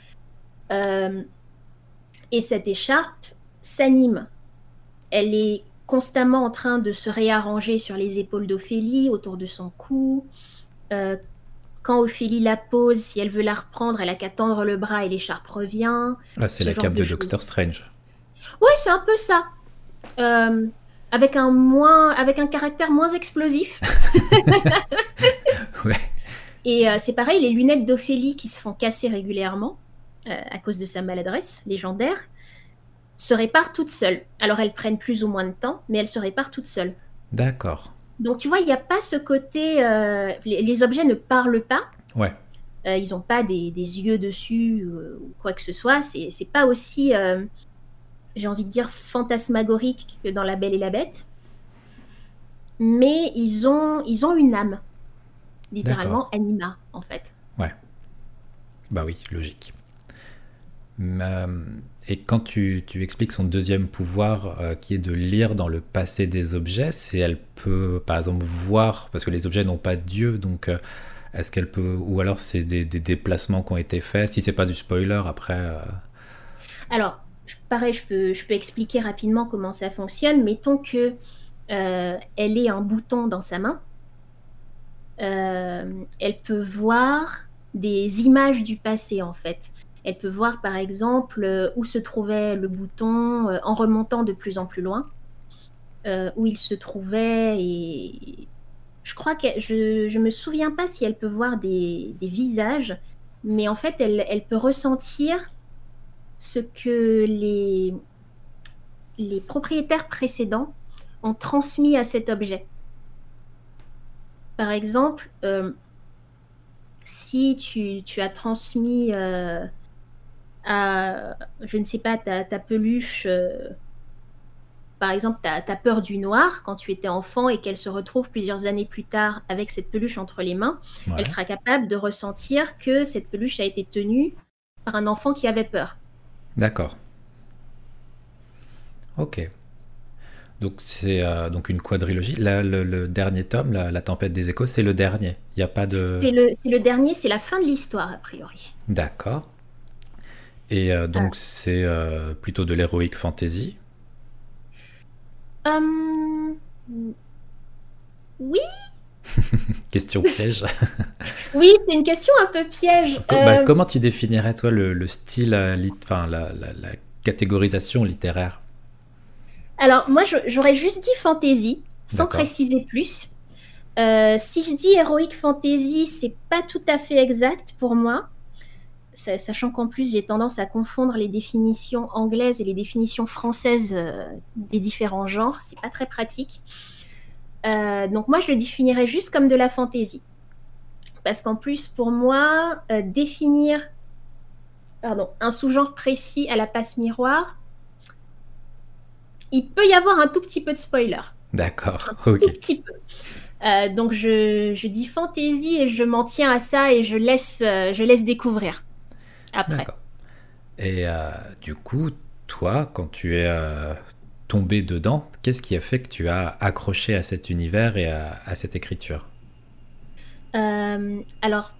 Et cette écharpe s'anime. Elle est constamment en train de se réarranger sur les épaules d'Ophélie, autour de son cou. Quand Ophélie la pose, si elle veut la reprendre, elle a qu'à tendre le bras et l'écharpe revient. Ah, c'est la cape de Doctor Strange. Ouais, c'est un peu ça. Avec un caractère moins explosif. Ouais. Et c'est pareil, les lunettes d'Ophélie qui se font casser régulièrement à cause de sa maladresse légendaire se réparent toutes seules. Alors elles prennent plus ou moins de temps, mais elles se réparent toutes seules. D'accord. Donc tu vois, il n'y a pas ce côté... les objets ne parlent pas. Ouais. Ils n'ont pas des yeux dessus ou quoi que ce soit. C'est pas aussi, j'ai envie de dire, fantasmagorique que dans La Belle et la Bête. Mais ils ont une âme. Littéralement, Anima, en fait. Ouais. Bah oui, logique. Et quand tu expliques son deuxième pouvoir qui est de lire dans le passé des objets, c'est elle peut par exemple voir, parce que les objets n'ont pas d'yeux, donc est-ce qu'elle peut, ou alors c'est des déplacements qui ont été faits, si c'est pas du spoiler après Alors, pareil, je peux expliquer rapidement comment ça fonctionne. Mettons que elle ait un bouton dans sa main, elle peut voir des images du passé en fait. Elle peut voir par exemple où se trouvait le bouton en remontant de plus en plus loin, où il se trouvait et Je crois que je me souviens pas si elle peut voir des visages, mais en fait, elle peut ressentir ce que les propriétaires précédents ont transmis à cet objet. Par exemple, si tu as transmis je ne sais pas, ta peluche, par exemple, tu as peur du noir quand tu étais enfant et qu'elle se retrouve plusieurs années plus tard avec cette peluche entre les mains, elle Ouais. sera capable de ressentir que cette peluche a été tenue par un enfant qui avait peur. D'accord. Ok. Donc c'est donc une quadrilogie. Le dernier tome, la Tempête des échos, c'est le dernier. Il n'y a pas de... C'est le dernier, c'est la fin de l'histoire, a priori. D'accord. Et donc c'est plutôt de l'heroic fantasy. Euh, oui, Question piège. oui, c'est une question un peu piège. Comment tu définirais toi le style, enfin la catégorisation littéraire? Alors, moi, j'aurais juste dit fantasy, sans D'accord. préciser plus. Si je dis heroic fantasy, c'est pas tout à fait exact pour moi, sachant qu'en plus j'ai tendance à confondre les définitions anglaises et les définitions françaises des différents genres. C'est pas très pratique. Donc moi, je le définirais juste comme de la fantasy, parce qu'en plus pour moi, définir un sous-genre précis à la passe miroir, il peut y avoir un tout petit peu de spoiler. D'accord. Tout Ok. petit peu. Donc je dis fantasy et je m'en tiens à ça et je laisse découvrir après. D'accord. Et du coup, toi, quand tu es tombé dedans, qu'est-ce qui a fait que tu as accroché à cet univers et à cette écriture? Alors,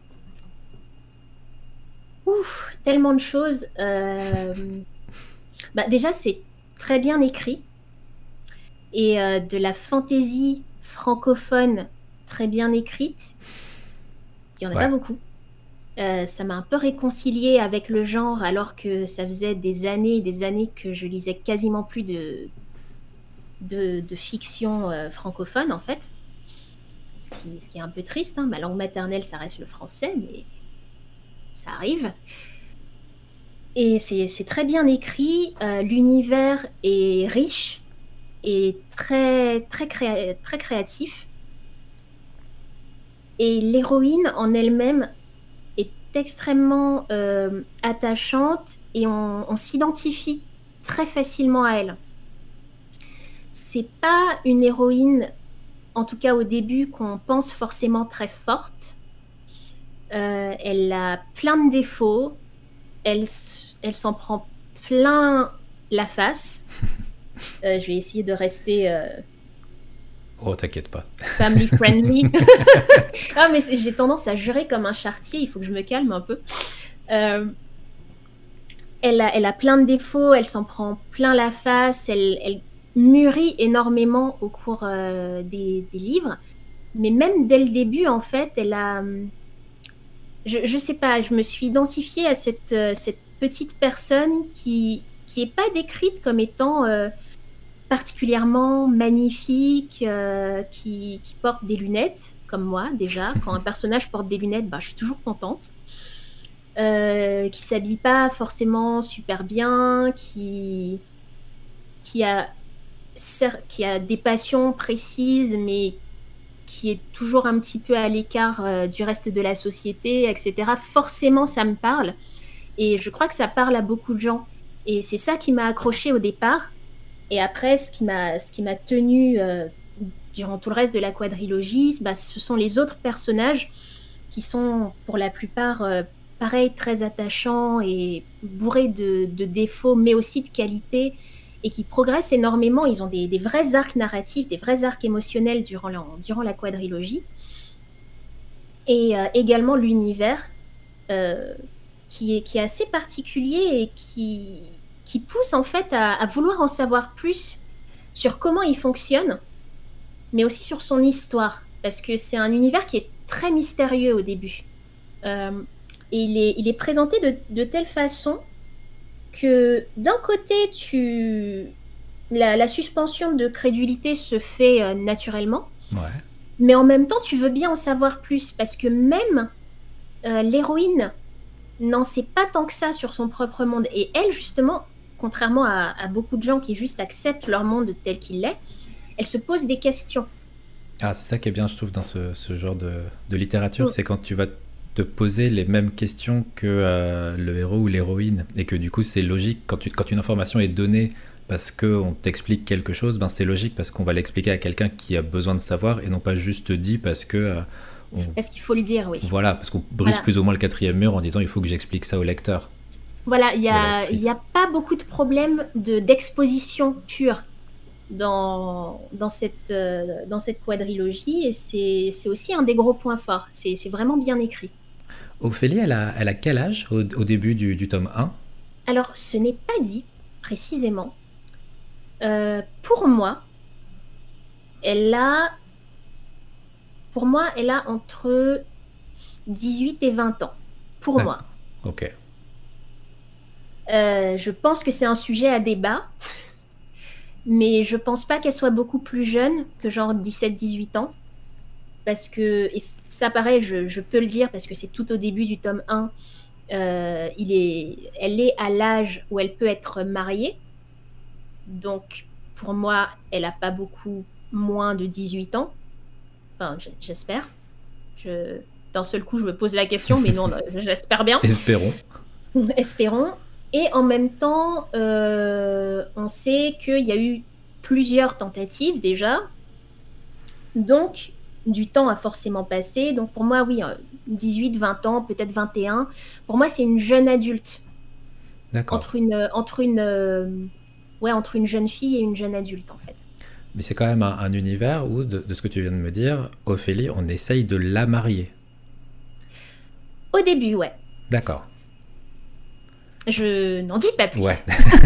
tellement de choses. Déjà, c'est très bien écrit et de la fantaisie francophone très bien écrite. Il n'y en a Ouais. pas beaucoup. Ça m'a un peu réconciliée avec le genre, alors que ça faisait des années et des années que je lisais quasiment plus de fiction francophone, en fait. Ce qui est un peu triste, hein. Ma langue maternelle, ça reste le français, mais ça arrive. Et c'est très bien écrit. L'univers est riche et très créatif. Et l'héroïne en elle-même est extrêmement attachante et on s'identifie très facilement à elle. C'est pas une héroïne, en tout cas au début, qu'on pense forcément très forte. Elle a plein de défauts. Elle s'en prend plein la face. Je vais essayer de rester Oh, t'inquiète pas. family friendly. Ah, mais j'ai tendance à jurer comme un charretier, il faut que je me calme un peu. Elle a plein de défauts, elle s'en prend plein la face, elle mûrit énormément au cours des livres. Mais même dès le début, en fait, elle a... Je sais pas, je me suis identifiée à cette petite personne qui est pas décrite comme étant particulièrement magnifique, qui porte des lunettes, comme moi déjà. Quand un personnage porte des lunettes, je suis toujours contente. Qui s'habille pas forcément super bien, qui a des passions précises, mais qui est toujours un petit peu à l'écart du reste de la société, etc. Forcément, ça me parle. Et je crois que ça parle à beaucoup de gens. Et c'est ça qui m'a accrochée au départ. Et après, ce qui m'a tenue durant tout le reste de la quadrilogie, ce sont les autres personnages qui sont pour la plupart pareil, très attachants et bourrés de défauts, mais aussi de qualités, et qui progressent énormément. Ils ont des vrais arcs narratifs, des vrais arcs émotionnels durant la quadrilogie. Et également l'univers qui est assez particulier et qui pousse en fait à vouloir en savoir plus sur comment il fonctionne, mais aussi sur son histoire, parce que c'est un univers qui est très mystérieux au début. Et il est présenté de telle façon que d'un côté, la suspension de crédulité se fait naturellement, Ouais. Mais en même temps, tu veux bien en savoir plus parce que même l'héroïne n'en sait pas tant que ça sur son propre monde. Et elle, justement, contrairement à beaucoup de gens qui juste acceptent leur monde tel qu'il est, elle se pose des questions. Ah, c'est ça qui est bien, je trouve, dans ce genre de littérature, Mm. c'est quand tu vas te poser les mêmes questions que le héros ou l'héroïne, et que du coup, c'est logique, quand une information est donnée parce qu'on t'explique quelque chose, ben c'est logique parce qu'on va l'expliquer à quelqu'un qui a besoin de savoir, et non pas juste dit parce que... Parce qu'il faut le dire, oui. Voilà, parce qu'on brise Voilà. plus ou moins le quatrième mur en disant il faut que j'explique ça au lecteur Voilà, il ou à la n'y lectrice. a pas beaucoup de problèmes d'exposition pure dans cette quadrilogie, et c'est aussi un des gros points forts. C'est vraiment bien écrit. Ophélie, elle a quel âge au début du tome 1? Alors, ce n'est pas dit précisément. Pour moi, elle a entre 18 et 20 ans. Pour moi. D'accord, ok. Je pense que c'est un sujet à débat, mais je pense pas qu'elle soit beaucoup plus jeune que genre 17-18 ans. Parce que, et ça pareil, je peux le dire parce que c'est tout au début du tome 1, elle est à l'âge où elle peut être mariée. Donc, pour moi, elle n'a pas beaucoup moins de 18 ans. Enfin, j'espère. D'un seul coup, je me pose la question, mais non, j'espère bien. Espérons. Espérons. Et en même temps, on sait qu'il y a eu plusieurs tentatives déjà. Donc, du temps a forcément passé. Donc, pour moi, oui, 18, 20 ans, peut-être 21. Pour moi, c'est une jeune adulte. D'accord. Entre une jeune fille et une jeune adulte, en fait. Mais c'est quand même un univers où, de ce que tu viens de me dire, Ophélie, on essaye de la marier. Au début, ouais. D'accord. Je n'en dis pas plus. Ouais.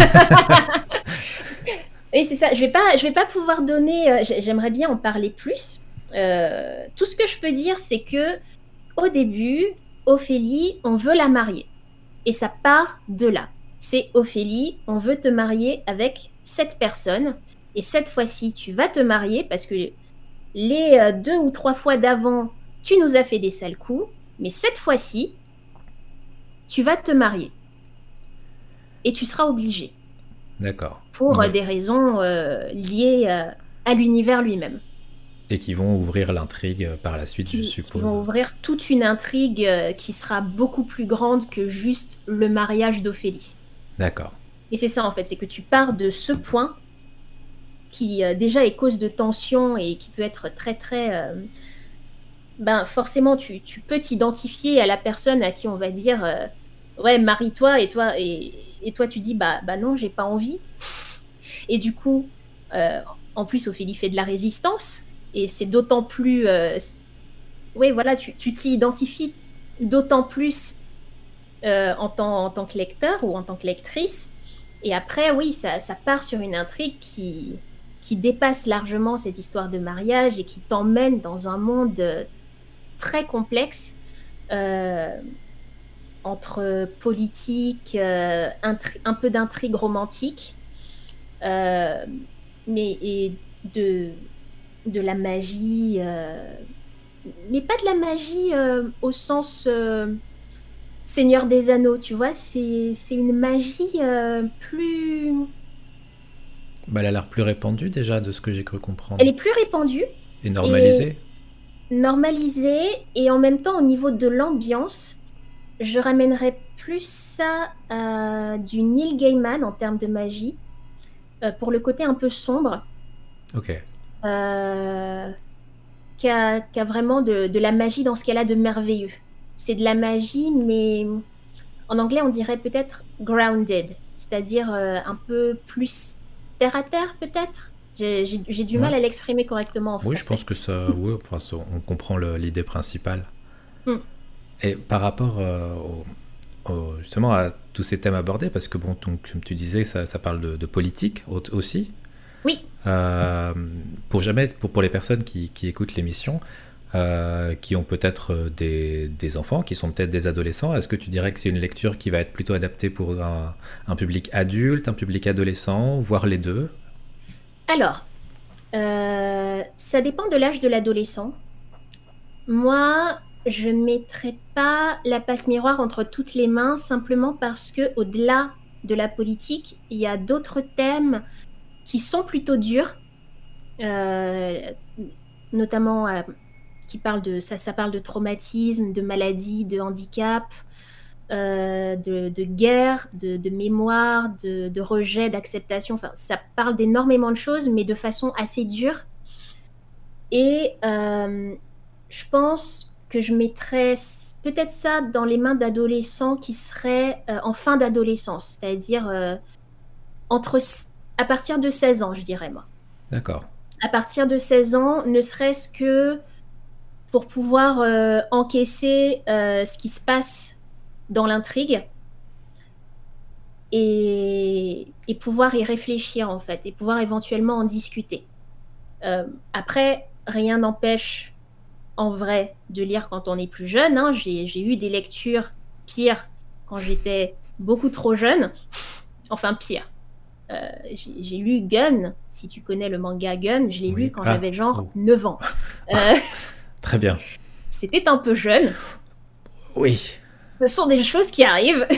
Et c'est ça, je vais pas pouvoir donner... j'aimerais bien en parler plus. Tout ce que je peux dire, c'est que au début, Ophélie, on veut la marier. Et ça part de là. C'est Ophélie, on veut te marier avec cette personne. Et cette fois-ci, tu vas te marier parce que les 2 ou 3 fois d'avant, tu nous as fait des sales coups. Mais cette fois-ci, tu vas te marier. Et tu seras obligé. D'accord. Pour des raisons liées à l'univers lui-même. Et qui vont ouvrir l'intrigue par la suite, je suppose. Qui vont ouvrir toute une intrigue qui sera beaucoup plus grande que juste le mariage d'Ophélie. D'accord. Et c'est ça en fait, c'est que tu pars de ce point qui déjà est cause de tension et qui peut être très très... forcément, tu peux t'identifier à la personne à qui on va dire ouais, marie-toi, et toi tu dis bah non, j'ai pas envie. Et du coup, en plus, Ophélie fait de la résistance, et c'est d'autant plus... oui, voilà, tu t'y identifies d'autant plus en tant que lecteur ou en tant que lectrice. Et après, oui, ça part sur une intrigue qui dépasse largement cette histoire de mariage et qui t'emmène dans un monde très complexe entre politique, un peu d'intrigue romantique, et de la magie, mais pas de la magie au sens Seigneur des Anneaux, tu vois, c'est une magie plus... Bah, elle a l'air plus répandue déjà, de ce que j'ai cru comprendre. Elle est plus répandue. Et normalisée. Normalisée, et en même temps, au niveau de l'ambiance, je ramènerais plus ça à du Neil Gaiman en termes de magie, pour le côté un peu sombre. Ok. Qui a vraiment de la magie dans ce qu'elle a de merveilleux. C'est de la magie, mais en anglais, on dirait peut-être grounded, c'est-à-dire un peu plus terre à terre, peut-être. J'ai du mal à l'exprimer correctement en français. Oui, je pense que ça... Oui, enfin, on comprend l'idée principale. Et par rapport justement à tous ces thèmes abordés, parce que, bon, donc, comme tu disais, ça parle de politique aussi. Oui. Pour les personnes qui écoutent l'émission, qui ont peut-être des enfants, qui sont peut-être des adolescents, est-ce que tu dirais que c'est une lecture qui va être plutôt adaptée pour un public adulte, un public adolescent, voire les deux? Alors, Ça dépend de l'âge de l'adolescent. Moi, je ne mettrais pas la passe miroir entre toutes les mains simplement parce que au-delà de la politique, il y a d'autres thèmes qui sont plutôt durs, euh, notamment qui parlent ça parle de traumatisme, de maladie, de handicap, de guerre, de mémoire, de rejet, d'acceptation. Enfin, ça parle d'énormément de choses, mais de façon assez dure. Et je pense que je mettrais peut-être ça dans les mains d'adolescents qui seraient en fin d'adolescence, c'est-à-dire entre, à partir de 16 ans, je dirais moi. D'accord. À partir de 16 ans, ne serait-ce que pour pouvoir encaisser ce qui se passe dans l'intrigue et pouvoir y réfléchir en fait, et pouvoir éventuellement en discuter. Après, rien n'empêche en vrai de lire quand on est plus jeune. Hein. J'ai eu des lectures pires quand j'étais beaucoup trop jeune. Enfin, pire. J'ai lu Gun, si tu connais le manga Gun, je l'ai lu quand j'avais genre 9 ans. Très bien. C'était un peu jeune. Oui. Ce sont des choses qui arrivent.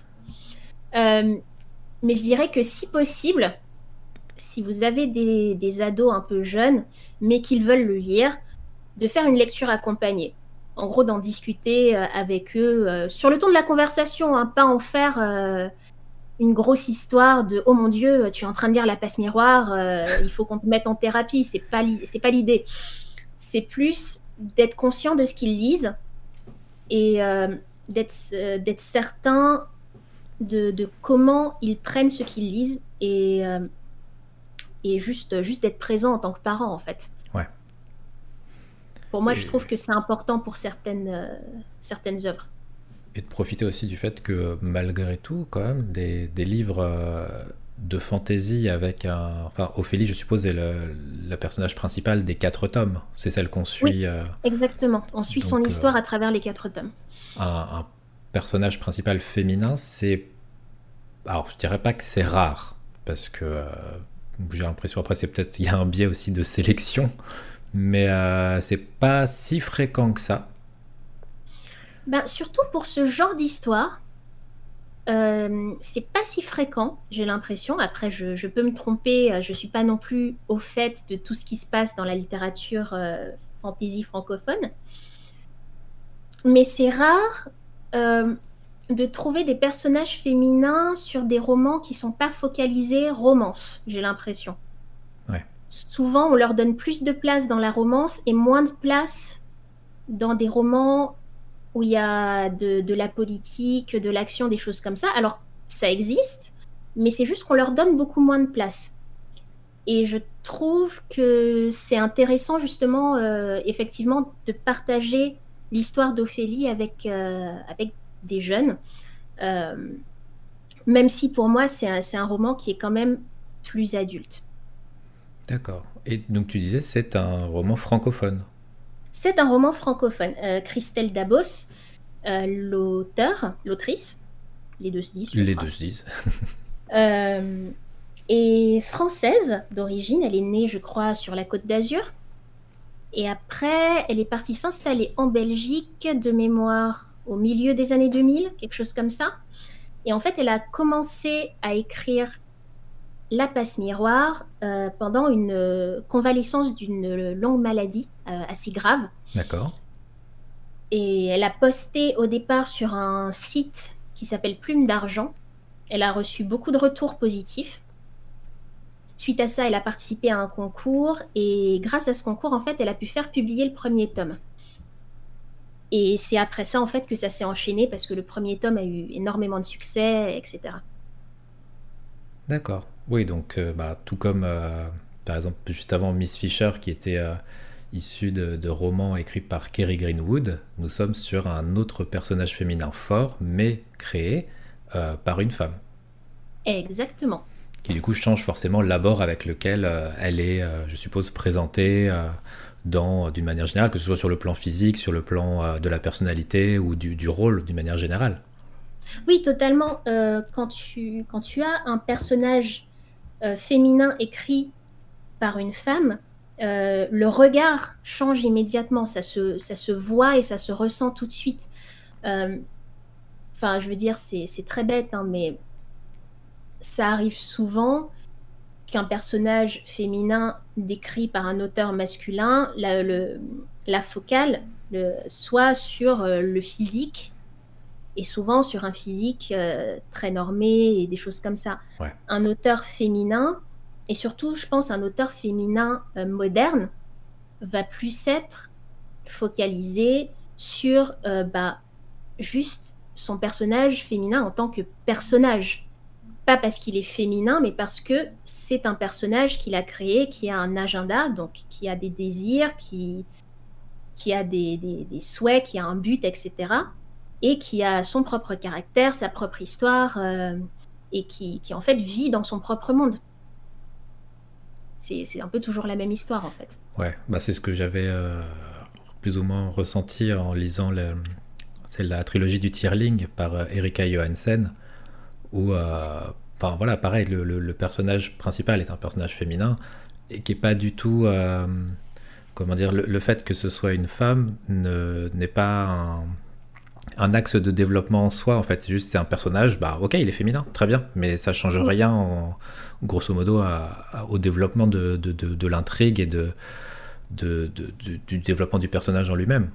Mais je dirais que si possible, si vous avez des ados un peu jeunes, mais qu'ils veulent le lire, de faire une lecture accompagnée. En gros, d'en discuter avec eux sur le ton de la conversation, hein, pas en faire une grosse histoire de « Oh mon Dieu, tu es en train de lire La Passe Miroir, il faut qu'on te mette en thérapie ». C'est pas l'idée. C'est plus d'être conscient de ce qu'ils lisent et d'être certain de comment ils prennent ce qu'ils lisent et juste d'être présent en tant que parent, en fait. Ouais. Pour moi, je trouve que c'est important pour certaines œuvres. Et de profiter aussi du fait que malgré tout, quand même, des livres de fantasy avec un... Enfin, Ophélie, je suppose, est le personnage principal des 4 tomes. C'est celle qu'on suit... Oui, exactement. On suit son histoire à travers les 4 tomes. Un personnage principal féminin, c'est... Alors, je dirais pas que c'est rare, parce que j'ai l'impression, après, c'est peut-être... Il y a un biais aussi de sélection, mais c'est pas si fréquent que ça. Ben, surtout pour ce genre d'histoire, c'est pas si fréquent, j'ai l'impression. Après, je peux me tromper, je suis pas non plus au fait de tout ce qui se passe dans la littérature fantasy francophone. Mais c'est rare de trouver des personnages féminins sur des romans qui sont pas focalisés romance, j'ai l'impression. Ouais. Souvent, on leur donne plus de place dans la romance et moins de place dans des romans où il y a de la politique, de l'action, des choses comme ça. Alors, ça existe, mais c'est juste qu'on leur donne beaucoup moins de place. Et je trouve que c'est intéressant, justement, effectivement, de partager l'histoire d'Ophélie avec des jeunes. Même si, pour moi, c'est un roman qui est quand même plus adulte. D'accord. Et donc, tu disais, c'est un roman francophone. C'est un roman francophone. Christelle Dabos, l'autrice, les deux se disent. Les deux se disent. Est française d'origine. Elle est née, je crois, sur la Côte d'Azur. Et après, elle est partie s'installer en Belgique, de mémoire, au milieu des années 2000, quelque chose comme ça. Et en fait, elle a commencé à écrire La Passe Miroir pendant une convalescence d'une longue maladie assez grave. D'accord. Et elle a posté au départ sur un site qui s'appelle Plume d'Argent. Elle a reçu beaucoup de retours positifs. Suite à ça, elle a participé à un concours et grâce à ce concours, en fait, elle a pu faire publier le premier tome. Et c'est après ça, en fait, que ça s'est enchaîné parce que le premier tome a eu énormément de succès, etc. D'accord. Oui, donc tout comme, par exemple, juste avant Miss Fisher, qui était issue de romans écrits par Kerry Greenwood, nous sommes sur un autre personnage féminin fort, mais créé par une femme. Exactement. Qui du coup change forcément l'abord avec lequel elle est, je suppose, présentée d'une manière générale, que ce soit sur le plan physique, sur le plan de la personnalité ou du rôle d'une manière générale. Oui, totalement. Quand tu as un personnage féminin écrit par une femme, le regard change immédiatement. Ça se voit et ça se ressent tout de suite. Enfin, je veux dire, c'est très bête, hein, mais ça arrive souvent qu'un personnage féminin décrit par un auteur masculin, la focale soit sur le physique, et souvent sur un physique très normé et des choses comme ça. Ouais. Un auteur féminin, et surtout, je pense, un auteur féminin moderne, va plus être focalisé sur juste son personnage féminin en tant que personnage. Pas parce qu'il est féminin, mais parce que c'est un personnage qu'il a créé, qui a un agenda, donc qui a des désirs, qui a des souhaits, qui a un but, etc. Et qui a son propre caractère, sa propre histoire, et qui en fait vit dans son propre monde. C'est un peu toujours la même histoire en fait. Ouais, c'est ce que j'avais plus ou moins ressenti en lisant c'est la trilogie du Tierling par Erika Johansen, où voilà, pareil, le personnage principal est un personnage féminin et qui est pas du tout comment dire, le fait que ce soit une femme n'est pas un axe de développement en soi, en fait. C'est un personnage, ok, il est féminin, très bien, mais ça change rien grosso modo au développement de l'intrigue et du développement du personnage en lui-même.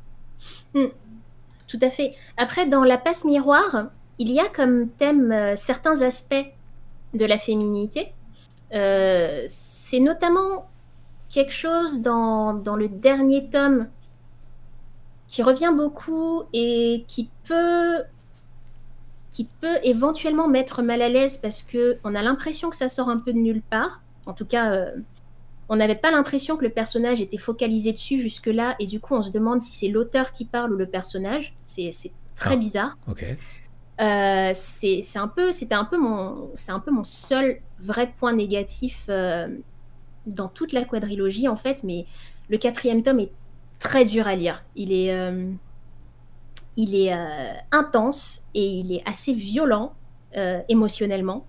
Tout à fait. Après, dans La Passe Miroir, il y a comme thème certains aspects de la féminité. C'est notamment quelque chose dans le dernier tome qui revient beaucoup et qui peut éventuellement mettre mal à l'aise parce qu'on a l'impression que ça sort un peu de nulle part. En tout cas, on n'avait pas l'impression que le personnage était focalisé dessus jusque-là, et du coup, on se demande si c'est l'auteur qui parle ou le personnage. C'est très bizarre. Ok. C'était un peu mon seul vrai point négatif dans toute la quadrilogie, en fait, mais le 4e tome est très dur à lire. Il est intense et il est assez violent émotionnellement.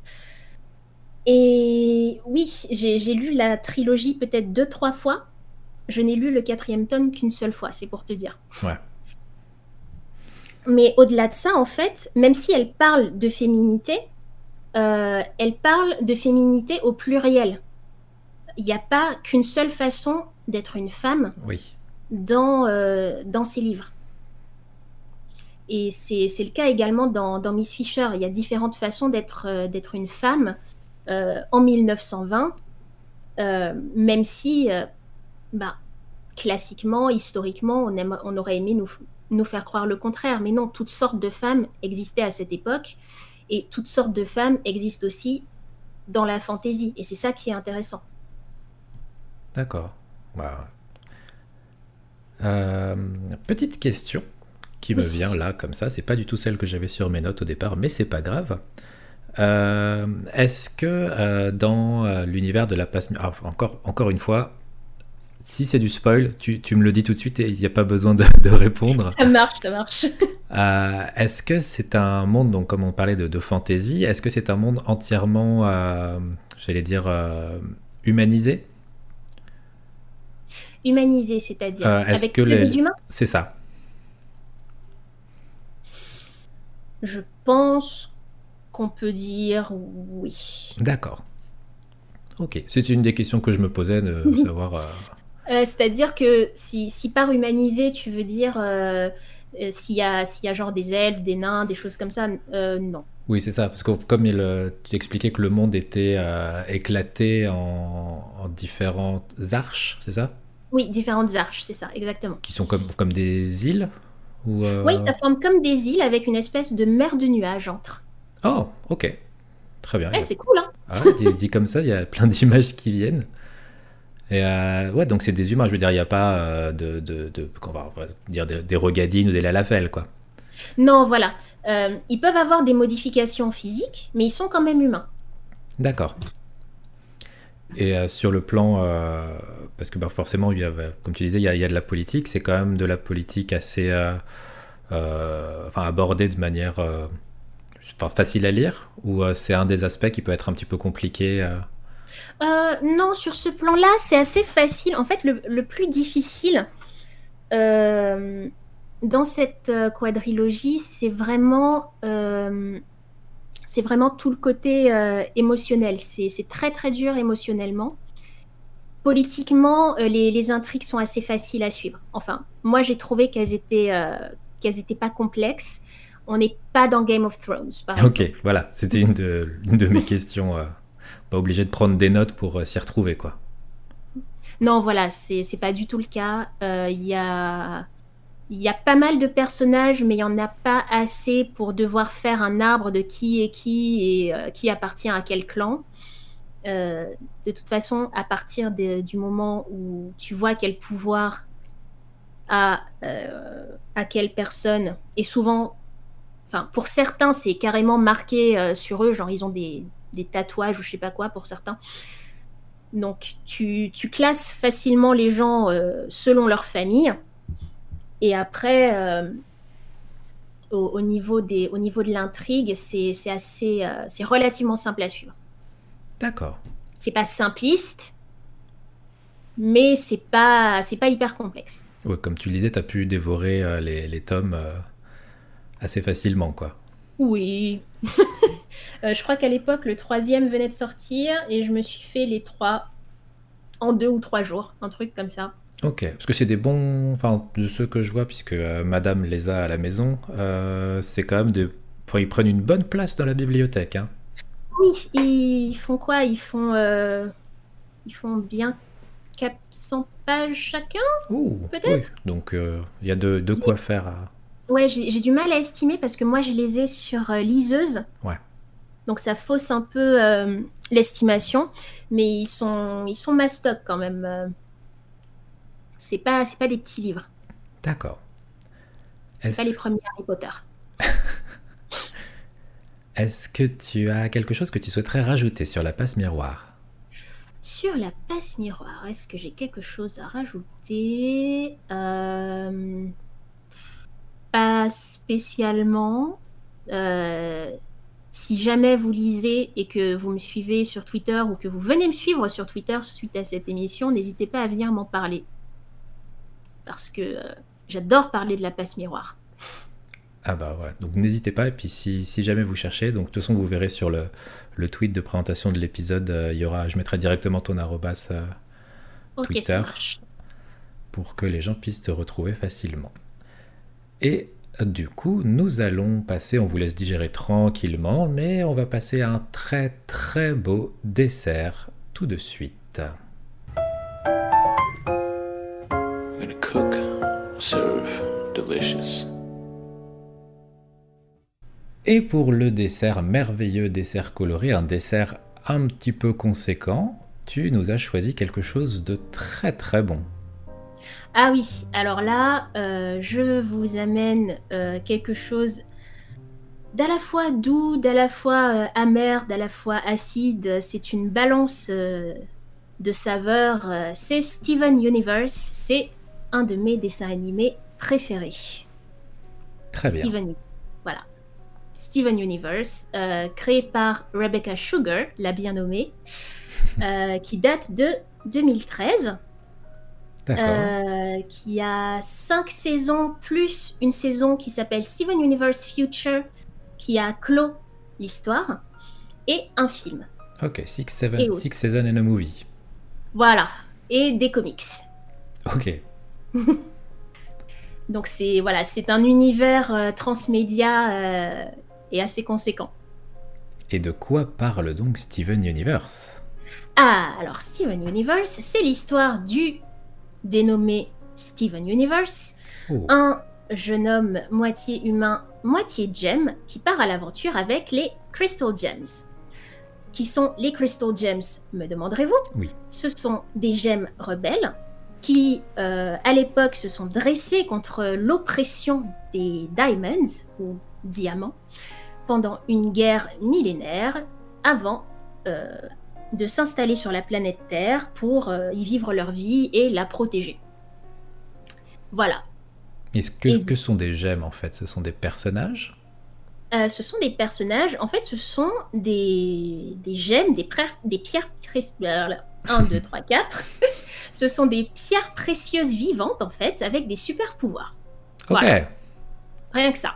Et oui, j'ai lu la trilogie peut-être 2-3 fois. Je n'ai lu le 4e tome qu'une seule fois, c'est pour te dire. Ouais. Mais au-delà de ça, en fait, même si elle parle de féminité, elle parle de féminité au pluriel. Il n'y a pas qu'une seule façon d'être une femme dans ces livres. Et c'est le cas également dans Miss Fisher. Il y a différentes façons d'être une femme en 1920, même si, classiquement, historiquement, on aurait aimé nous faire croire le contraire. Mais non, toutes sortes de femmes existaient à cette époque, et toutes sortes de femmes existent aussi dans la fantaisie. Et c'est ça qui est intéressant. D'accord. Petite question qui me vient là, comme ça. C'est pas du tout celle que j'avais sur mes notes au départ, mais c'est pas grave. Est-ce que dans l'univers de La Passe Miroir, encore une fois, si c'est du spoil, tu me le dis tout de suite et il n'y a pas besoin de répondre. Ça marche. Est-ce que c'est un monde, donc comme on parlait de fantasy, est-ce que c'est un monde entièrement, j'allais dire, humanisé ? Humanisé, c'est-à-dire avec les humains ? C'est ça. Je pense qu'on peut dire oui. D'accord. Ok, c'est une des questions que je me posais, de savoir... c'est-à-dire que si par humanisé, tu veux dire s'il y a genre des elfes, des nains, des choses comme ça, non. Oui, c'est ça, parce que comme tu expliquais que le monde était éclaté en différentes arches, c'est ça ? Oui, différentes arches, c'est ça, exactement. Qui sont comme des îles ou Oui, ça forme comme des îles avec une espèce de mer de nuages entre. Oh, ok. Très bien. Ouais, c'est cool, hein. Ah ouais, dit comme ça, il y a plein d'images qui viennent. Et ouais, donc c'est des humains, je veux dire, il n'y a pas on va dire des rogadines ou des lalafels, quoi. Non, voilà. Ils peuvent avoir des modifications physiques, mais ils sont quand même humains. D'accord. Et sur le plan, parce que forcément, comme tu disais, il y a de la politique, c'est quand même de la politique assez abordée de manière facile à lire, ou c'est un des aspects qui peut être un petit peu compliqué Non, sur ce plan-là, c'est assez facile. En fait, le plus difficile dans cette quadrilogie, c'est vraiment tout le côté émotionnel. C'est très très dur émotionnellement. Politiquement, les intrigues sont assez faciles à suivre. Enfin, moi j'ai trouvé qu'elles étaient pas complexes. On n'est pas dans Game of Thrones, par exemple. Ok, voilà, c'était une de mes questions. Pas obligé de prendre des notes pour s'y retrouver, quoi. Non, voilà, c'est pas du tout le cas. Il y a pas mal de personnages, mais il n'y en a pas assez pour devoir faire un arbre de qui est qui et qui appartient à quel clan. De toute façon, à partir du moment où tu vois quel pouvoir a quelle personne, et souvent, enfin, pour certains, c'est carrément marqué sur eux, genre ils ont des tatouages ou je sais pas quoi pour certains. Donc, tu classes facilement les gens selon leur famille. Et après, au niveau de l'intrigue, c'est relativement simple à suivre. D'accord. C'est pas simpliste, mais c'est pas hyper complexe. Ouais, comme tu le disais, t'as pu dévorer les tomes assez facilement, quoi. Oui. Je crois qu'à l'époque, le 3e venait de sortir et je me suis fait les 3 en 2 ou 3 jours, un truc comme ça. Ok, parce que c'est des bons... Enfin, de ceux que je vois, puisque madame les a à la maison, c'est quand même de... Enfin, ils prennent une bonne place dans la bibliothèque, hein. Oui, ils font quoi ? Ils font bien 400 pages chacun, Ouh, peut-être. oui. Donc, il y a de quoi faire. Ouais, j'ai du mal à estimer parce que moi, je les ai sur liseuse. Ouais. Donc, ça fausse un peu l'estimation. Mais ils sont mastoc quand même. C'est pas des petits livres. D'accord. C'est pas les premiers Harry Potter. Est-ce que tu as quelque chose que tu souhaiterais rajouter sur la passe miroir ? Sur la passe miroir, est-ce que j'ai quelque chose à rajouter ? Pas spécialement. Si jamais vous lisez et que vous me suivez sur Twitter ou que vous venez me suivre sur Twitter suite à cette émission, n'hésitez pas à venir m'en parler. Parce que j'adore parler de la passe miroir. Ah bah voilà, donc n'hésitez pas, et puis si jamais vous cherchez, donc de toute façon vous verrez sur le tweet de présentation de l'épisode, je mettrai directement ton arrobas Twitter, pour que les gens puissent te retrouver facilement. Et du coup, nous allons passer, on vous laisse digérer tranquillement, mais on va passer à un très très beau dessert tout de suite. And cook, serve, delicious. Et pour le dessert, merveilleux dessert coloré, un dessert un petit peu conséquent, tu nous as choisi quelque chose de très très bon. Ah oui, alors là, je vous amène quelque chose d'à la fois doux, d'à la fois amer, d'à la fois acide. C'est une balance de saveurs. C'est Steven Universe, c'est un de mes dessins animés préférés. Très bien. Voilà. Steven Universe, créé par Rebecca Sugar, la bien nommée, qui date de 2013. Qui a 5 saisons plus une saison qui s'appelle Steven Universe Future, qui a clos l'histoire, et un film. Ok, Six Seasons and a Movie. Voilà, et des comics. Ok. Donc c'est un univers transmédia et assez conséquent. Et de quoi parle donc Steven Universe ? Ah, alors Steven Universe, c'est l'histoire du dénommé Steven Universe, un jeune homme moitié humain, moitié gemme, qui part à l'aventure avec les Crystal Gems. Qui sont les Crystal Gems, me demanderez-vous ? Oui. Ce sont des gemmes rebelles qui, à l'époque, se sont dressés contre l'oppression des Diamonds, ou diamants, pendant une guerre millénaire, avant de s'installer sur la planète Terre pour y vivre leur vie et la protéger. Voilà. Que sont des gemmes, en fait ? Ce sont des personnages ? Ce sont des personnages, en fait, ce sont des gemmes, des pierres précieuses. 1, 2, 3, 4. Ce sont des pierres précieuses vivantes, en fait, avec des super pouvoirs. Ok. Voilà. Rien que ça.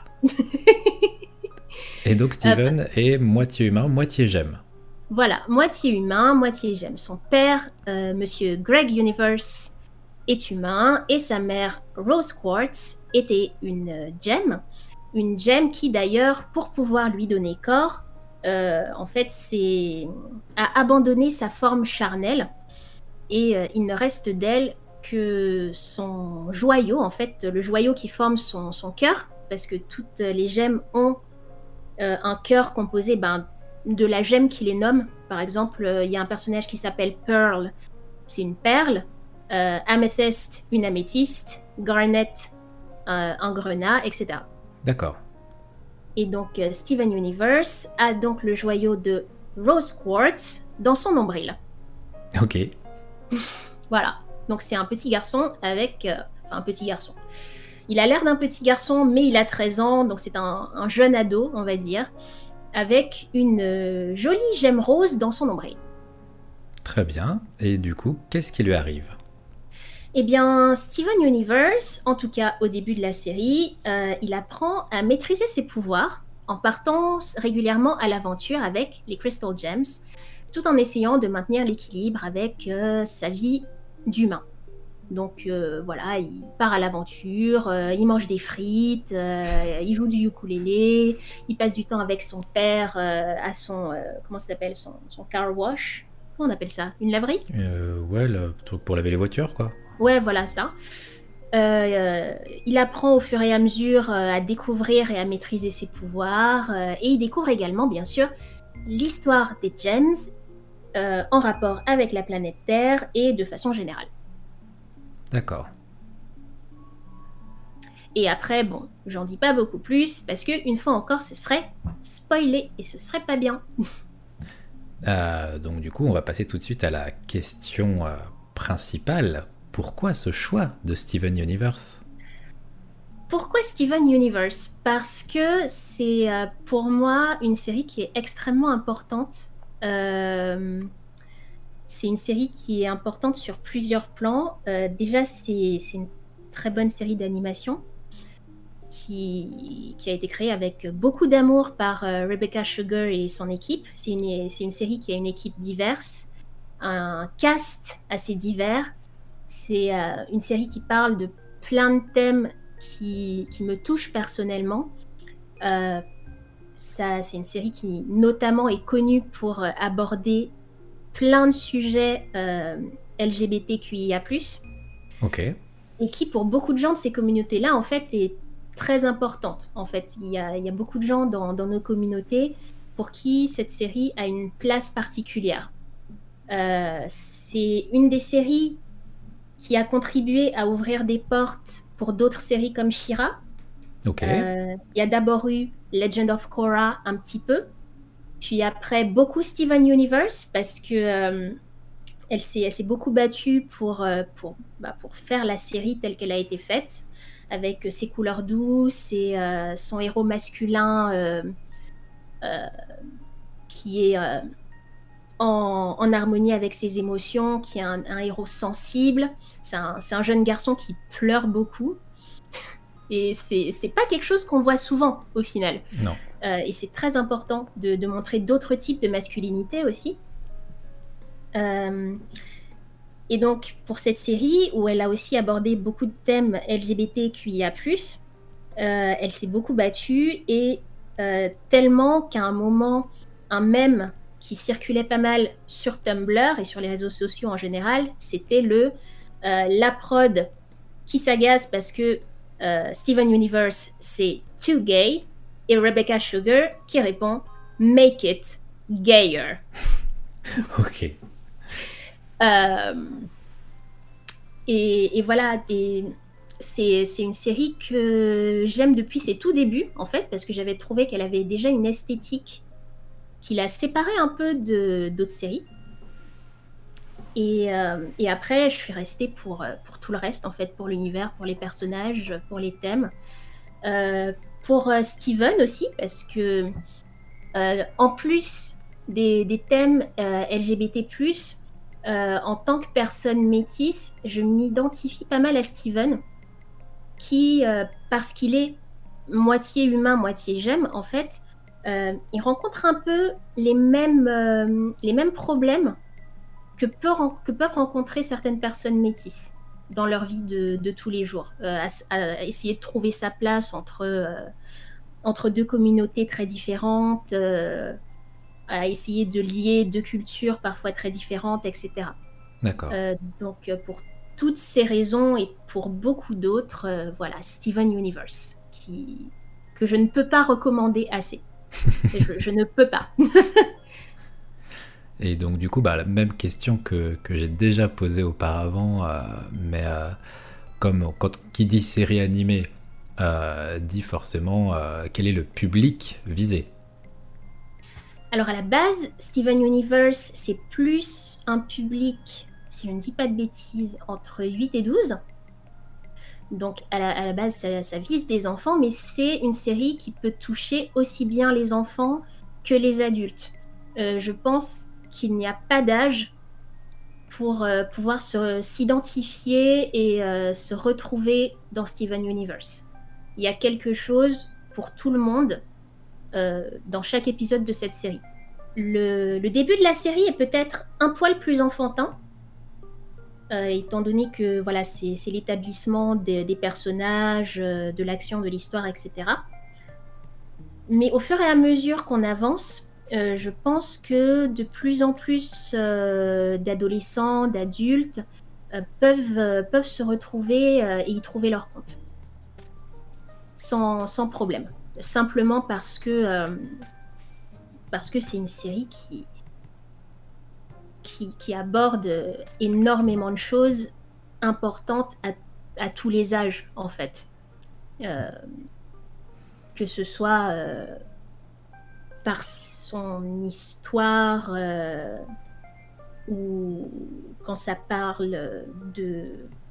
Et donc Steven est moitié humain, moitié gemme. Voilà, moitié humain, moitié gemme. Son père, Monsieur Greg Universe, est humain et sa mère, Rose Quartz, était une gemme. Une gemme qui, d'ailleurs, pour pouvoir lui donner corps, en fait, a abandonné sa forme charnelle et il ne reste d'elle que son joyau, en fait, le joyau qui forme son cœur, parce que toutes les gemmes ont un cœur composé de la gemme qui les nomme. Par exemple, il y a un personnage qui s'appelle Pearl, c'est une perle, Amethyst, une améthyste, Garnet, un grenat, etc. D'accord. Et donc, Steven Universe a donc le joyau de Rose Quartz dans son nombril. Ok. Voilà. Donc, c'est un petit garçon avec... un petit garçon. Il a l'air d'un petit garçon, mais il a 13 ans, donc c'est un jeune ado, on va dire, avec une jolie gemme rose dans son nombril. Très bien. Et du coup, qu'est-ce qui lui arrive ? Eh bien, Steven Universe, en tout cas au début de la série, il apprend à maîtriser ses pouvoirs en partant régulièrement à l'aventure avec les Crystal Gems, tout en essayant de maintenir l'équilibre avec sa vie d'humain. Donc voilà, il part à l'aventure, il mange des frites, il joue du ukulélé, il passe du temps avec son père à son, comment ça s'appelle, son car wash. Comment on appelle ça ? Une laverie ? Ouais, le truc pour laver les voitures, quoi. Ouais, voilà ça. Il apprend au fur et à mesure à découvrir et à maîtriser ses pouvoirs. Et il découvre également, bien sûr, l'histoire des Gems en rapport avec la planète Terre et de façon générale. D'accord. Et après, bon, j'en dis pas beaucoup plus parce que une fois encore, ce serait spoilé et ce serait pas bien. Donc du coup, on va passer tout de suite à la question principale. Pourquoi ce choix de Steven Universe ? Pourquoi Steven Universe ? Parce que c'est pour moi une série qui est extrêmement importante. C'est une série qui est importante sur plusieurs plans. Déjà, c'est une très bonne série d'animation qui a été créée avec beaucoup d'amour par Rebecca Sugar et son équipe. C'est une série qui a une équipe diverse, un cast assez divers. C'est une série qui parle de plein de thèmes qui me touchent personnellement. C'est une série qui notamment est connue pour aborder plein de sujets LGBTQIA+. Ok. Et qui, pour beaucoup de gens de ces communautés-là, en fait, est très importante. En fait, il y a beaucoup de gens dans nos communautés pour qui cette série a une place particulière. C'est une des séries qui a contribué à ouvrir des portes pour d'autres séries comme She-Ra. Ok. Il y a d'abord eu Legend of Korra un petit peu, puis après beaucoup Steven Universe parce que elle s'est beaucoup battue pour faire la série telle qu'elle a été faite, avec ses couleurs douces et son héros masculin qui est en harmonie avec ses émotions, qui est un héros sensible. C'est un jeune garçon qui pleure beaucoup. Et c'est pas quelque chose qu'on voit souvent, au final. Non. Et c'est très important de montrer d'autres types de masculinité aussi. Et donc, pour cette série, où elle a aussi abordé beaucoup de thèmes LGBTQIA+, elle s'est beaucoup battue, et tellement qu'à un moment, un mème qui circulait pas mal sur Tumblr et sur les réseaux sociaux en général, c'était la prod qui s'agace parce que Steven Universe, c'est too gay, et Rebecca Sugar qui répond « Make it gayer ». Ok. Et voilà, et c'est une série que j'aime depuis ses tout débuts, en fait, parce que j'avais trouvé qu'elle avait déjà une esthétique qui la séparait un peu d'autres séries. Et après, je suis restée pour tout le reste, en fait, pour l'univers, pour les personnages, pour les thèmes. pour Steven aussi, parce que en plus des thèmes LGBT+, en tant que personne métisse, je m'identifie pas mal à Steven, qui, parce qu'il est moitié humain, moitié gemme, en fait, il rencontre un peu les mêmes problèmes que peuvent rencontrer certaines personnes métisses dans leur vie de tous les jours, à essayer de trouver sa place entre deux communautés très différentes, à essayer de lier deux cultures parfois très différentes, etc. D'accord. Donc, pour toutes ces raisons et pour beaucoup d'autres, voilà, Steven Universe, que je ne peux pas recommander assez. je ne peux pas. Et donc du coup, la même question que j'ai déjà posée auparavant, mais comme qui dit série animée, dit forcément quel est le public visé. Alors à la base, Steven Universe, c'est plus un public, si je ne dis pas de bêtises, entre 8 et 12. Donc à la base, ça vise des enfants, mais c'est une série qui peut toucher aussi bien les enfants que les adultes. Je pense qu'il n'y a pas d'âge pour pouvoir s'identifier et se retrouver dans Steven Universe. Il y a quelque chose pour tout le monde dans chaque épisode de cette série. Le début de la série est peut-être un poil plus enfantin, étant donné que voilà, c'est l'établissement des personnages, de l'action, de l'histoire, etc. Mais au fur et à mesure qu'on avance, je pense que de plus en plus d'adolescents, d'adultes peuvent se retrouver et y trouver leur compte. Sans problème. Simplement parce que c'est une série qui aborde énormément de choses importantes à tous les âges, en fait. Que ce soit par son histoire ou quand ça parle de...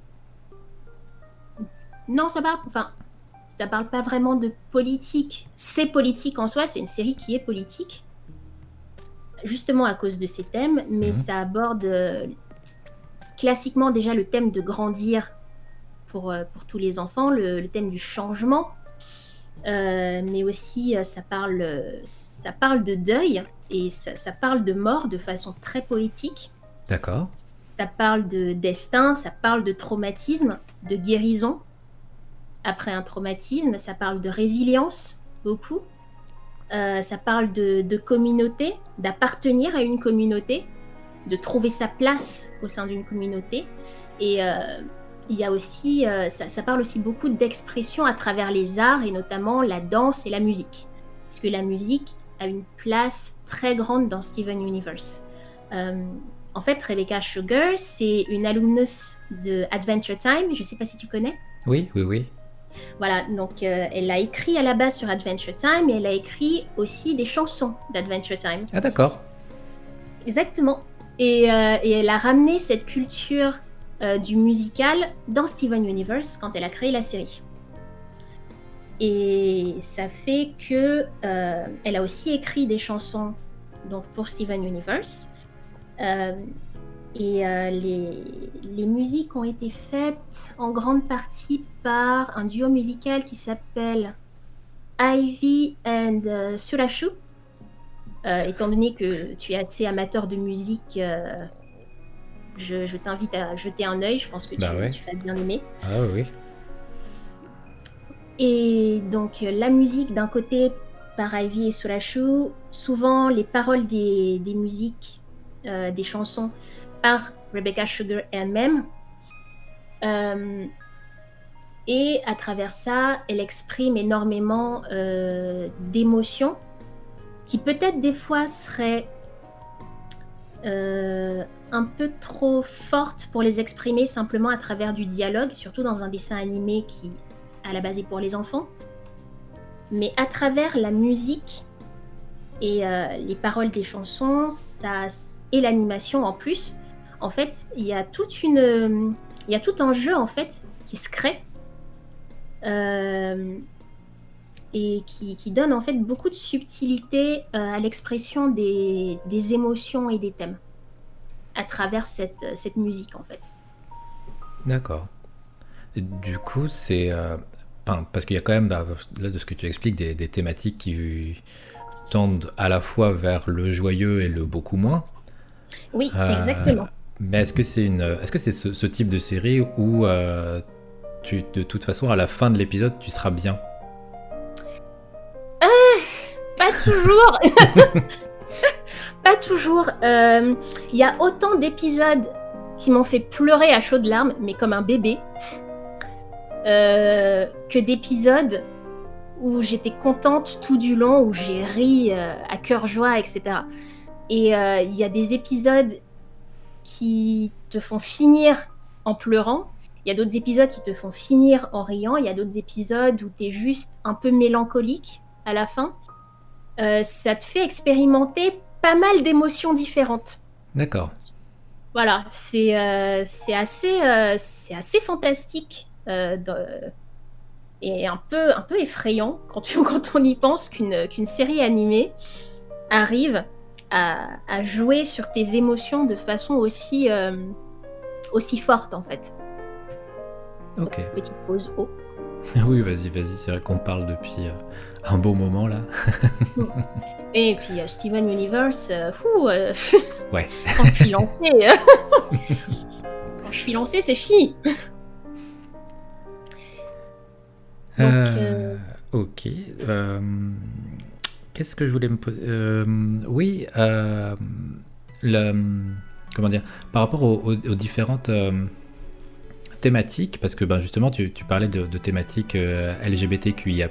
Non, ça parle pas vraiment de politique. C'est politique en soi, c'est une série qui est politique, justement à cause de ces thèmes, mais ça aborde classiquement déjà le thème de grandir pour tous les enfants, le thème du changement, mais aussi ça parle de deuil et ça parle de mort de façon très poétique. D'accord. Ça parle de destin, ça parle de traumatisme, de guérison après un traumatisme, ça parle de résilience, beaucoup. Ça parle de communauté, d'appartenir à une communauté, de trouver sa place au sein d'une communauté. Et il y a aussi, ça parle aussi beaucoup d'expression à travers les arts, et notamment la danse et la musique. Parce que la musique a une place très grande dans Steven Universe. En fait, Rebecca Sugar, c'est une alumnus de Adventure Time, je ne sais pas si tu connais. Oui. Voilà, donc elle a écrit à la base sur Adventure Time et elle a écrit aussi des chansons d'Adventure Time. Ah d'accord. Exactement. Et elle a ramené cette culture du musical dans Steven Universe quand elle a créé la série. Et ça fait que elle a aussi écrit des chansons donc, pour Steven Universe. Et les musiques ont été faites en grande partie par un duo musical qui s'appelle Ivy and Surashu. Étant donné que tu es assez amateur de musique, je t'invite à jeter un œil, je pense que tu vas bien aimer. Ah oui. Et donc la musique d'un côté par Ivy et Surashu, souvent les paroles des musiques, des chansons par Rebecca Sugar elle-même. Et à travers ça, elle exprime énormément d'émotions qui peut-être des fois seraient un peu trop fortes pour les exprimer simplement à travers du dialogue, surtout dans un dessin animé qui, à la base, est pour les enfants. Mais à travers la musique et les paroles des chansons, et l'animation en plus, en fait, il y a tout un jeu en fait qui se crée et qui donne en fait beaucoup de subtilité à l'expression des émotions et des thèmes à travers cette musique en fait. D'accord. Et du coup, parce qu'il y a quand même, là, de ce que tu expliques, des thématiques qui tendent à la fois vers le joyeux et le beaucoup moins. Oui, exactement. Mais est-ce que c'est ce type de série où de toute façon, à la fin de l'épisode, tu seras bien? Pas toujours. Pas toujours. Il y a autant d'épisodes qui m'ont fait pleurer à chaudes larmes, mais comme un bébé, que d'épisodes où j'étais contente tout du long, où j'ai ri à cœur joie, etc. Et il y a des épisodes qui te font finir en pleurant. Il y a d'autres épisodes qui te font finir en riant. Il y a d'autres épisodes où tu es juste un peu mélancolique à la fin. Ça te fait expérimenter pas mal d'émotions différentes. D'accord. Voilà, c'est assez fantastique et un peu effrayant quand on y pense qu'une série animée arrive à jouer sur tes émotions de façon aussi forte en fait. Ok. Donc, petite pause eau. Oui, vas-y, c'est vrai qu'on parle depuis un bon moment là. Et puis Steven Universe, ouais. Quand je suis lancée, c'est fini. Donc, ok. Qu'est-ce que je voulais me poser? Oui, comment dire, par rapport aux différentes thématiques, parce que justement tu parlais de thématiques LGBTQIA+,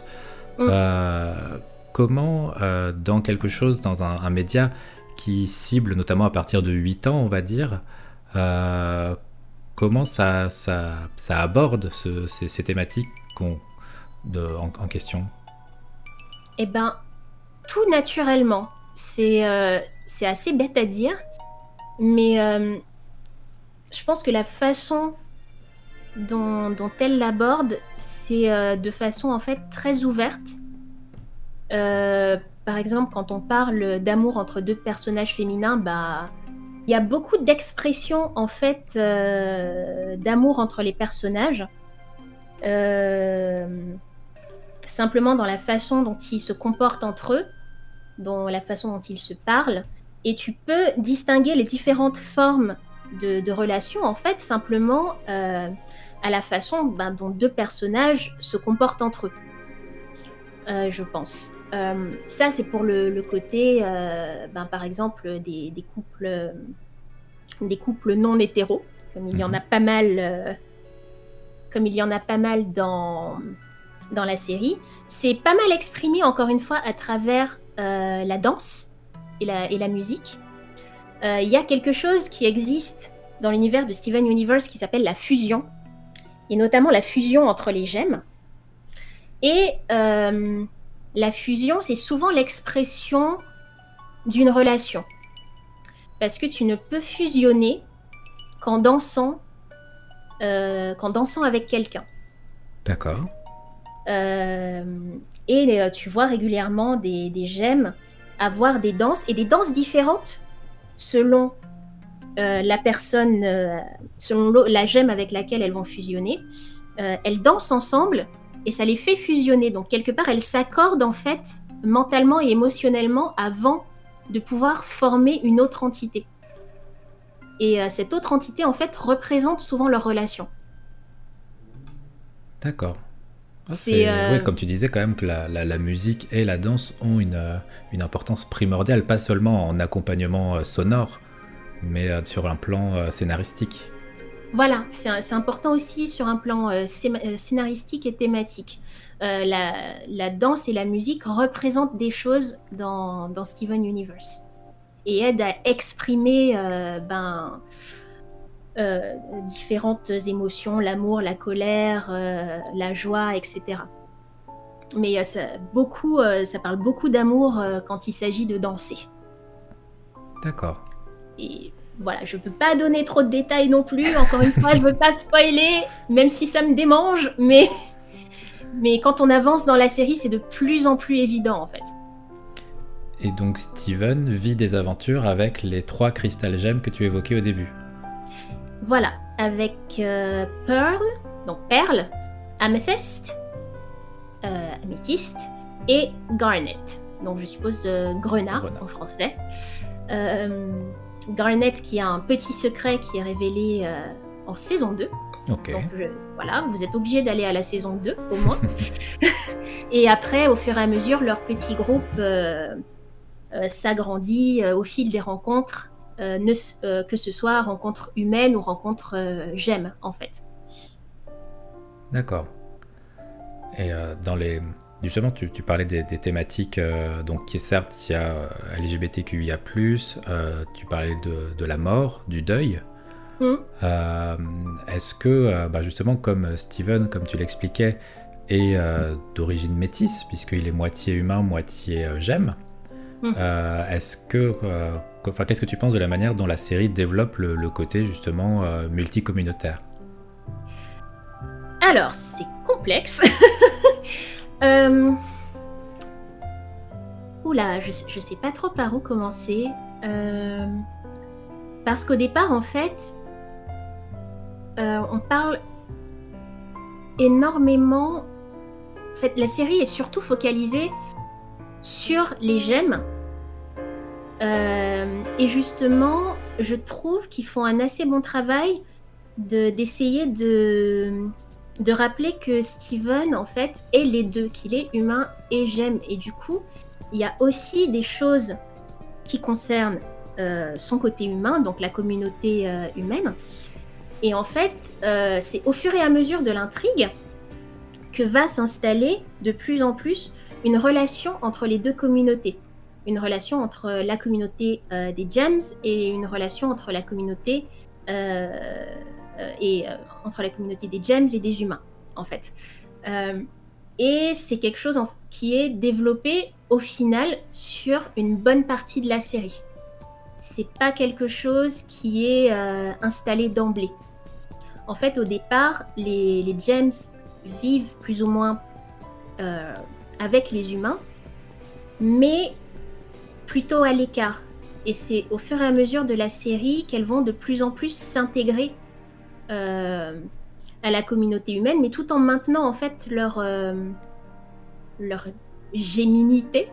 comment dans quelque chose, dans un média qui cible notamment à partir de 8 ans, on va dire, comment ça aborde ces thématiques en question? Eh ben, tout naturellement. C'est assez bête à dire, mais je pense que la façon dont elle l'aborde, c'est de façon en fait très ouverte. Par exemple, quand on parle d'amour entre deux personnages féminins, il y a beaucoup d'expressions en fait d'amour entre les personnages. Simplement dans la façon dont ils se comportent entre eux, dans la façon dont ils se parlent, et tu peux distinguer les différentes formes de relations en fait simplement à la façon dont deux personnages se comportent entre eux. Je pense. Ça, c'est pour le côté, par exemple, des couples non hétéros, comme il y en a pas mal, dans la série. C'est pas mal exprimé, encore une fois, à travers la danse et la musique. Il y a quelque chose qui existe dans l'univers de Steven Universe qui s'appelle la fusion, et notamment la fusion entre les gemmes. Et la fusion, c'est souvent l'expression d'une relation. Parce que tu ne peux fusionner qu'en dansant avec quelqu'un. D'accord. Et tu vois régulièrement des gemmes avoir des danses, et des danses différentes selon la personne, selon la gemme avec laquelle elles vont fusionner. Elles dansent ensemble et ça les fait fusionner. Donc quelque part, elles s'accordent en fait mentalement et émotionnellement avant de pouvoir former une autre entité. Et cette autre entité en fait représente souvent leur relation. D'accord. Ouais, comme tu disais quand même que la musique et la danse ont une importance primordiale, pas seulement en accompagnement sonore, mais sur un plan scénaristique. Voilà, c'est important aussi sur un plan scénaristique et thématique. La danse et la musique représentent des choses dans Steven Universe et aident à exprimer différentes émotions, l'amour, la colère, la joie, etc. Mais ça parle beaucoup d'amour quand il s'agit de danser. D'accord. Et voilà, je peux pas donner trop de détails non plus. Encore une fois, je veux pas spoiler, même si ça me démange, mais Mais quand on avance dans la série, c'est de plus en plus évident en fait. Et donc Steven vit des aventures avec les 3 Crystal Gems que tu évoquais au début. Voilà, avec Pearl, donc Perle, Amethyst, Améthyste et Garnet. Donc je suppose Grenat en français. Garnet qui a un petit secret qui est révélé en saison 2. Ok. Donc voilà, vous êtes obligés d'aller à la saison 2 au moins. Et après, au fur et à mesure, leur petit groupe s'agrandit au fil des rencontres, que ce soit rencontres humaines ou rencontres gemmes en fait. D'accord. Et justement, tu parlais des thématiques, donc qui certes, il y a LGBTQIA+, tu parlais de la mort, du deuil. Est-ce que, justement, comme Steven, comme tu l'expliquais, est d'origine métisse, puisqu'il est moitié humain, moitié gemme, qu'est-ce que tu penses de la manière dont la série développe le côté, justement, multicommunautaire ? Alors, c'est complexe. Oula, je sais pas trop par où commencer. Parce qu'au départ, en fait, on parle énormément... En fait, la série est surtout focalisée sur les gemmes. Et justement, je trouve qu'ils font un assez bon travail d'essayer de rappeler que Steven, en fait, est les deux, qu'il est humain et gemme. Et du coup, il y a aussi des choses qui concernent son côté humain, donc la communauté humaine. Et en fait, c'est au fur et à mesure de l'intrigue que va s'installer de plus en plus une relation entre les deux communautés. Une relation entre la communauté des gems et une relation entre la communauté entre la communauté des gems et des humains, en fait. Et c'est quelque chose qui est développé au final sur une bonne partie de la série. C'est pas quelque chose qui est installé d'emblée. En fait, au départ, les gems vivent plus ou moins avec les humains, mais plutôt à l'écart. Et c'est au fur et à mesure de la série qu'elles vont de plus en plus s'intégrer à la communauté humaine, mais tout en maintenant en fait leur géminité.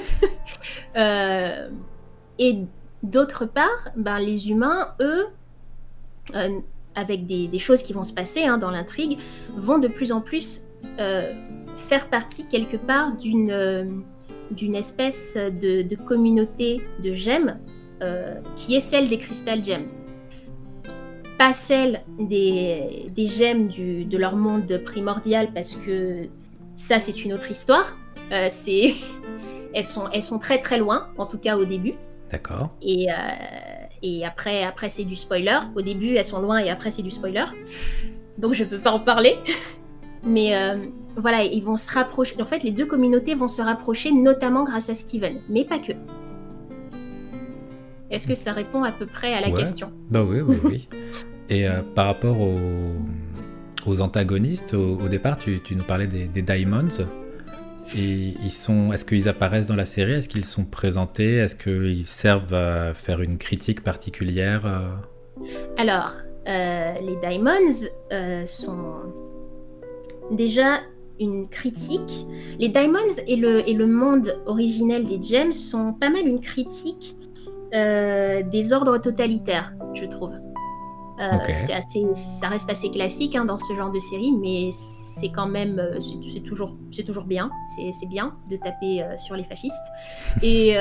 Et d'autre part, les humains, eux, avec des choses qui vont se passer dans l'intrigue, vont de plus en plus faire partie quelque part d'une espèce de communauté de gemmes qui est celle des Crystal Gems. Pas celle des gemmes de leur monde primordial, parce que ça, c'est une autre histoire. Elles sont très très loin, en tout cas au début. D'accord. Et après, c'est du spoiler. Au début, elles sont loin et après, c'est du spoiler. Donc, je peux pas en parler. Mais voilà, ils vont se rapprocher. En fait, les deux communautés vont se rapprocher, notamment grâce à Steven, mais pas que. Est-ce que ça répond à peu près à la question ? Bah oui. Et par rapport aux antagonistes, au départ, tu nous parlais des Diamonds. Et est-ce qu'ils apparaissent dans la série ? Est-ce qu'ils sont présentés ? Est-ce qu'ils servent à faire une critique particulière ? Alors, les Diamonds sont déjà une critique. Les Diamonds et le monde originel des Gems sont pas mal une critique des ordres totalitaires, je trouve. Okay. Ça reste assez classique dans ce genre de série, mais c'est quand même c'est toujours bien. C'est bien de taper sur les fascistes. Et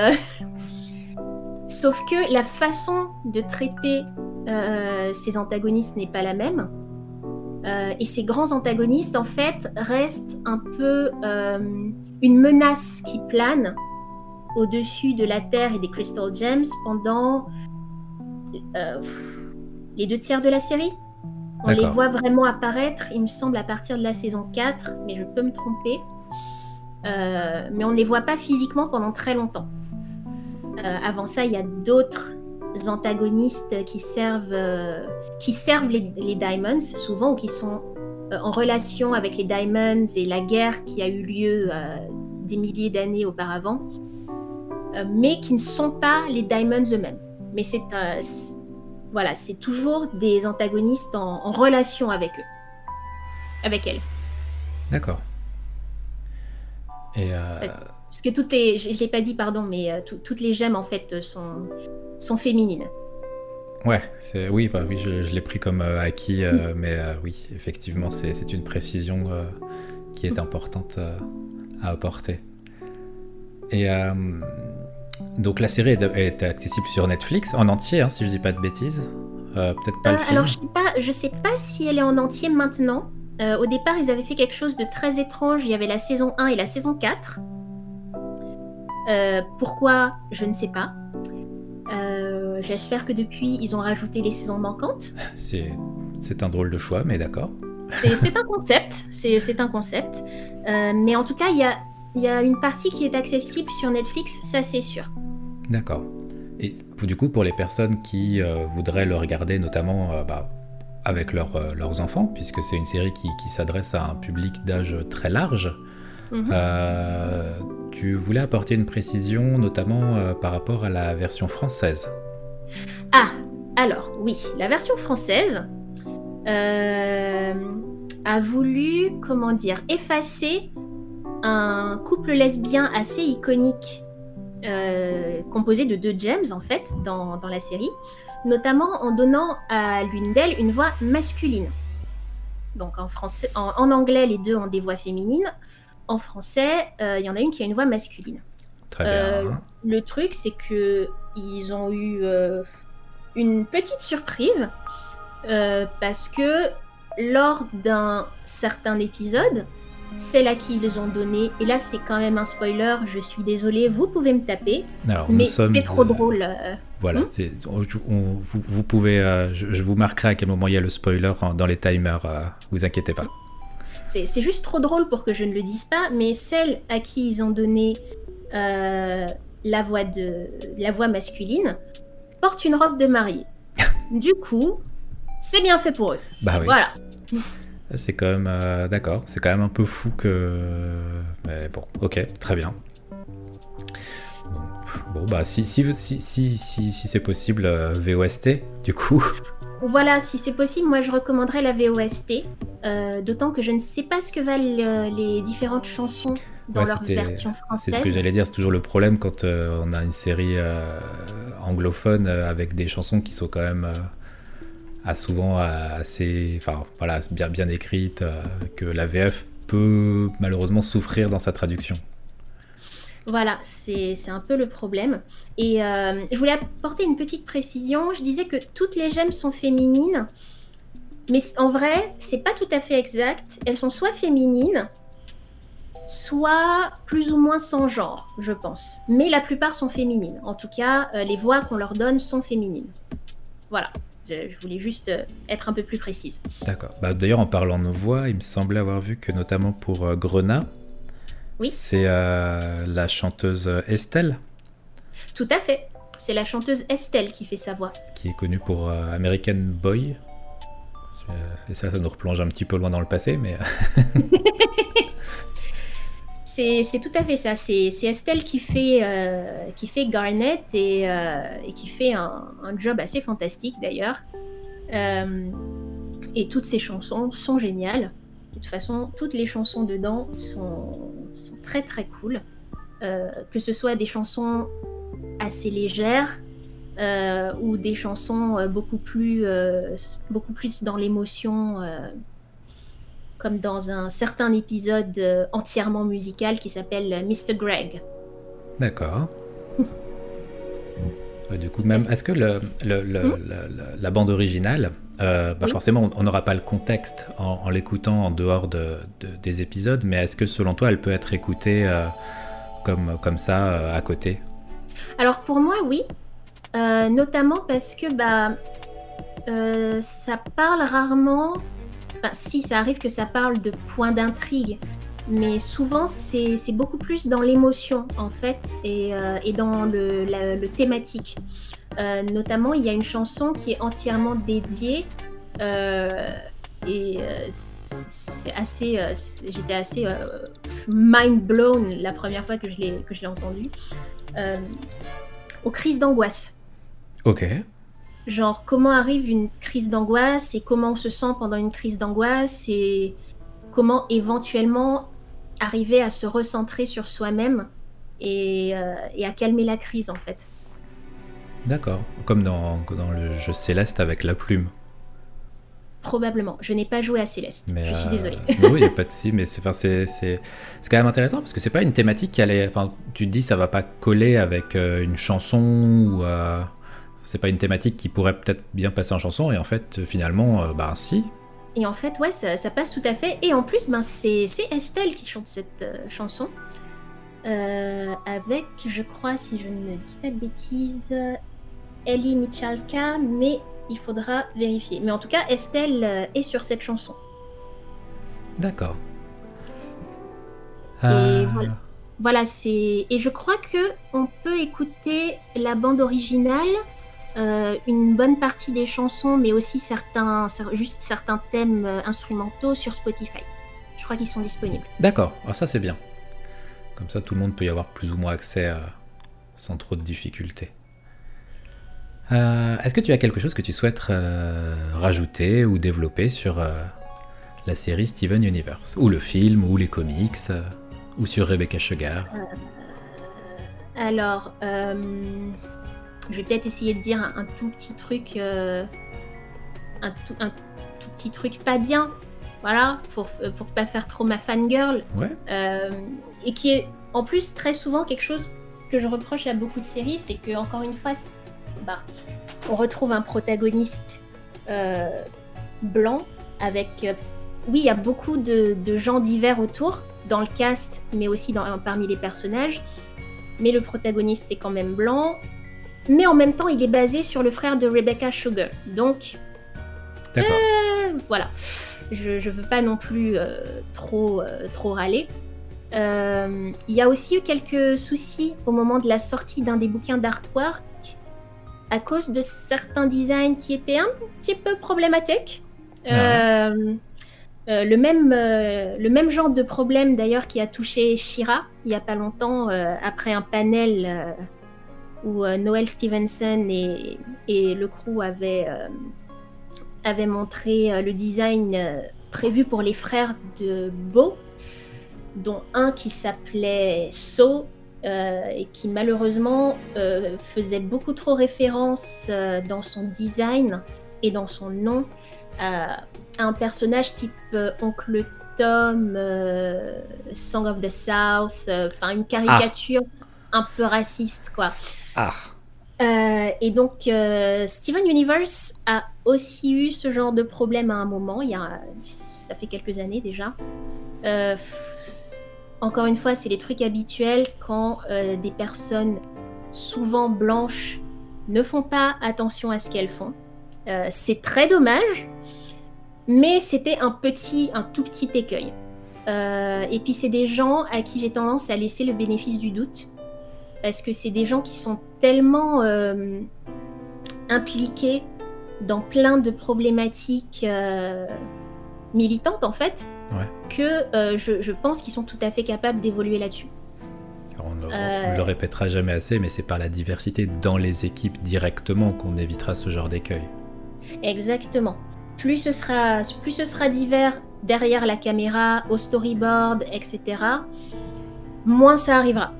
sauf que la façon de traiter ces antagonistes n'est pas la même. Et ces grands antagonistes, en fait, restent un peu une menace qui plane au-dessus de la Terre et des Crystal Gems pendant les 2/3 de la série. On les voit vraiment apparaître, il me semble, à partir de la saison 4, mais je peux me tromper. Mais on ne les voit pas physiquement pendant très longtemps. Avant ça, il y a d'autres antagonistes qui servent les Diamonds, souvent, ou qui sont en relation avec les Diamonds et la guerre qui a eu lieu des milliers d'années auparavant, mais qui ne sont pas les Diamonds eux-mêmes. Mais c'est toujours des antagonistes en relation avec eux, avec elles. D'accord. Et parce que je l'ai pas dit, pardon, mais toutes les gemmes en fait sont féminines. Ouais, oui, je l'ai pris comme acquis, mais oui, effectivement, c'est une précision qui est importante à apporter. Et donc la série est accessible sur Netflix en entier, hein, si je dis pas de bêtises. Peut-être pas le film. Alors je sais pas si elle est en entier maintenant. Au départ, ils avaient fait quelque chose de très étrange. Il y avait la saison 1 et la saison 4. Pourquoi, je ne sais pas. J'espère que depuis, ils ont rajouté les saisons manquantes. C'est un drôle de choix, mais d'accord. C'est un concept. C'est un concept. Mais en tout cas, il y a une partie qui est accessible sur Netflix, ça c'est sûr. D'accord. Et du coup, pour les personnes qui voudraient le regarder, notamment avec leurs enfants, puisque c'est une série qui s'adresse à un public d'âge très large, tu voulais apporter une précision, notamment par rapport à la version française. Ah, alors oui, la version française a voulu, effacer un couple lesbien assez iconique composé de 2 gems en fait dans la série, notamment en donnant à l'une d'elles une voix masculine. Donc en anglais, les deux ont des voix féminines. En français, il y en a une qui a une voix masculine. Très bien. Le truc, c'est qu'ils ont eu une petite surprise parce que lors d'un certain épisode, celle à qui ils ont donné, et là c'est quand même un spoiler, je suis désolée, vous pouvez me taper, alors, mais c'est trop drôle. Voilà, vous pouvez, je vous marquerai à quel moment il y a le spoiler dans les timers, vous inquiétez pas. C'est juste trop drôle pour que je ne le dise pas, mais celle à qui ils ont donné la voix masculine porte une robe de mariée. Du coup, c'est bien fait pour eux. Bah oui. Voilà. C'est quand même d'accord, c'est quand même un peu fou que. Mais bon, ok, très bien. Bon bah si c'est possible, VOST du coup. Voilà, si c'est possible, moi je recommanderais la VOST, d'autant que je ne sais pas ce que valent les différentes chansons dans leur version française. C'est ce que j'allais dire, c'est toujours le problème quand on a une série anglophone avec des chansons qui sont quand même souvent assez, bien écrites, que la VF peut malheureusement souffrir dans sa traduction. Voilà, c'est un peu le problème. Et je voulais apporter une petite précision. Je disais que toutes les gemmes sont féminines, mais en vrai, c'est pas tout à fait exact. Elles sont soit féminines, soit plus ou moins sans genre, je pense. Mais la plupart sont féminines. En tout cas, les voix qu'on leur donne sont féminines. Voilà. Je voulais juste être un peu plus précise. D'accord. D'ailleurs, en parlant de voix, il me semblait avoir vu que notamment pour Grenat, oui. C'est la chanteuse Estelle. Tout à fait. C'est la chanteuse Estelle qui fait sa voix. Qui est connue pour American Boy. Et ça nous replonge un petit peu loin dans le passé, mais... C'est tout à fait ça. C'est Estelle qui fait Garnet et qui fait un job assez fantastique d'ailleurs. Et toutes ces chansons sont géniales. De toute façon, toutes les chansons dedans sont très très cool. Que ce soit des chansons assez légères ou des chansons beaucoup plus dans l'émotion. Comme dans un certain épisode entièrement musical qui s'appelle Mr. Greg. D'accord. Du coup, même, est-ce que la bande originale, oui. Forcément, on n'aura pas le contexte en l'écoutant en dehors des épisodes, mais est-ce que selon toi, elle peut être écoutée comme ça, à côté ? Alors pour moi, oui. Notamment parce que ça parle rarement... Enfin, si, ça arrive que ça parle de points d'intrigue, mais souvent c'est beaucoup plus dans l'émotion en fait et dans le thématique. Notamment, il y a une chanson qui est entièrement dédiée et j'étais assez mind blown la première fois que je l'ai entendu. Aux crises d'angoisse. Ok. Genre, comment arrive une crise d'angoisse et comment on se sent pendant une crise d'angoisse et comment éventuellement arriver à se recentrer sur soi-même et à calmer la crise, en fait. D'accord. Comme dans le jeu Céleste avec la plume. Probablement. Je n'ai pas joué à Céleste. Je suis désolée. Oui, il n'y a pas de si, mais c'est quand même intéressant parce que c'est pas une thématique qui allait. Enfin, tu te dis ça va pas coller avec une chanson ou. C'est pas une thématique qui pourrait peut-être bien passer en chanson et en fait, finalement, si. Et en fait, ouais, ça passe tout à fait. Et en plus, c'est Estelle qui chante cette chanson. Avec, je crois, si je ne dis pas de bêtises, Ellie Michalka, mais il faudra vérifier. Mais en tout cas, Estelle est sur cette chanson. D'accord. Et voilà, et je crois que on peut écouter la bande originale, une bonne partie des chansons, mais aussi certains thèmes instrumentaux sur Spotify. Je crois qu'ils sont disponibles. D'accord, alors ça c'est bien. Comme ça, tout le monde peut y avoir plus ou moins accès sans trop de difficultés. Est-ce que tu as quelque chose que tu souhaites rajouter ou développer sur la série Steven Universe, ou le film, ou les comics, ou sur Rebecca Sugar? Alors, je vais peut-être essayer de dire un tout petit truc, un tout petit truc pas bien, voilà, pour pas faire trop ma fangirl. Ouais. Et qui est en plus très souvent quelque chose que je reproche à beaucoup de séries, c'est que encore une fois, on retrouve un protagoniste blanc avec, oui, il y a beaucoup de gens divers autour dans le cast, mais aussi parmi les personnages, mais le protagoniste est quand même blanc, mais en même temps il est basé sur le frère de Rebecca Sugar, donc voilà, je veux pas non plus trop râler. Il y a aussi eu quelques soucis au moment de la sortie d'un des bouquins d'artwork à cause de certains designs qui étaient un petit peu problématiques. Le même genre de problème d'ailleurs qui a touché She-Ra il y a pas longtemps, après un panel où Noelle Stevenson et le crew avaient montré le design prévu pour les frères de Beau, dont un qui s'appelait So, et qui malheureusement faisait beaucoup trop référence dans son design et dans son nom à un personnage type Oncle Tom, Song of the South, une caricature un peu raciste, quoi. Et donc Steven Universe a aussi eu ce genre de problème à un moment, ça fait quelques années déjà. Encore une fois, c'est les trucs habituels quand des personnes souvent blanches ne font pas attention à ce qu'elles font. C'est très dommage, mais c'était un tout petit écueil. Et puis c'est des gens à qui j'ai tendance à laisser le bénéfice du doute, parce que c'est des gens qui sont tellement impliqués dans plein de problématiques militantes en fait, que je pense qu'ils sont tout à fait capables d'évoluer là-dessus. On ne le répétera jamais assez, mais c'est par la diversité dans les équipes directement qu'on évitera ce genre d'écueil. Exactement. Plus ce sera divers derrière la caméra, au storyboard, etc., moins ça arrivera.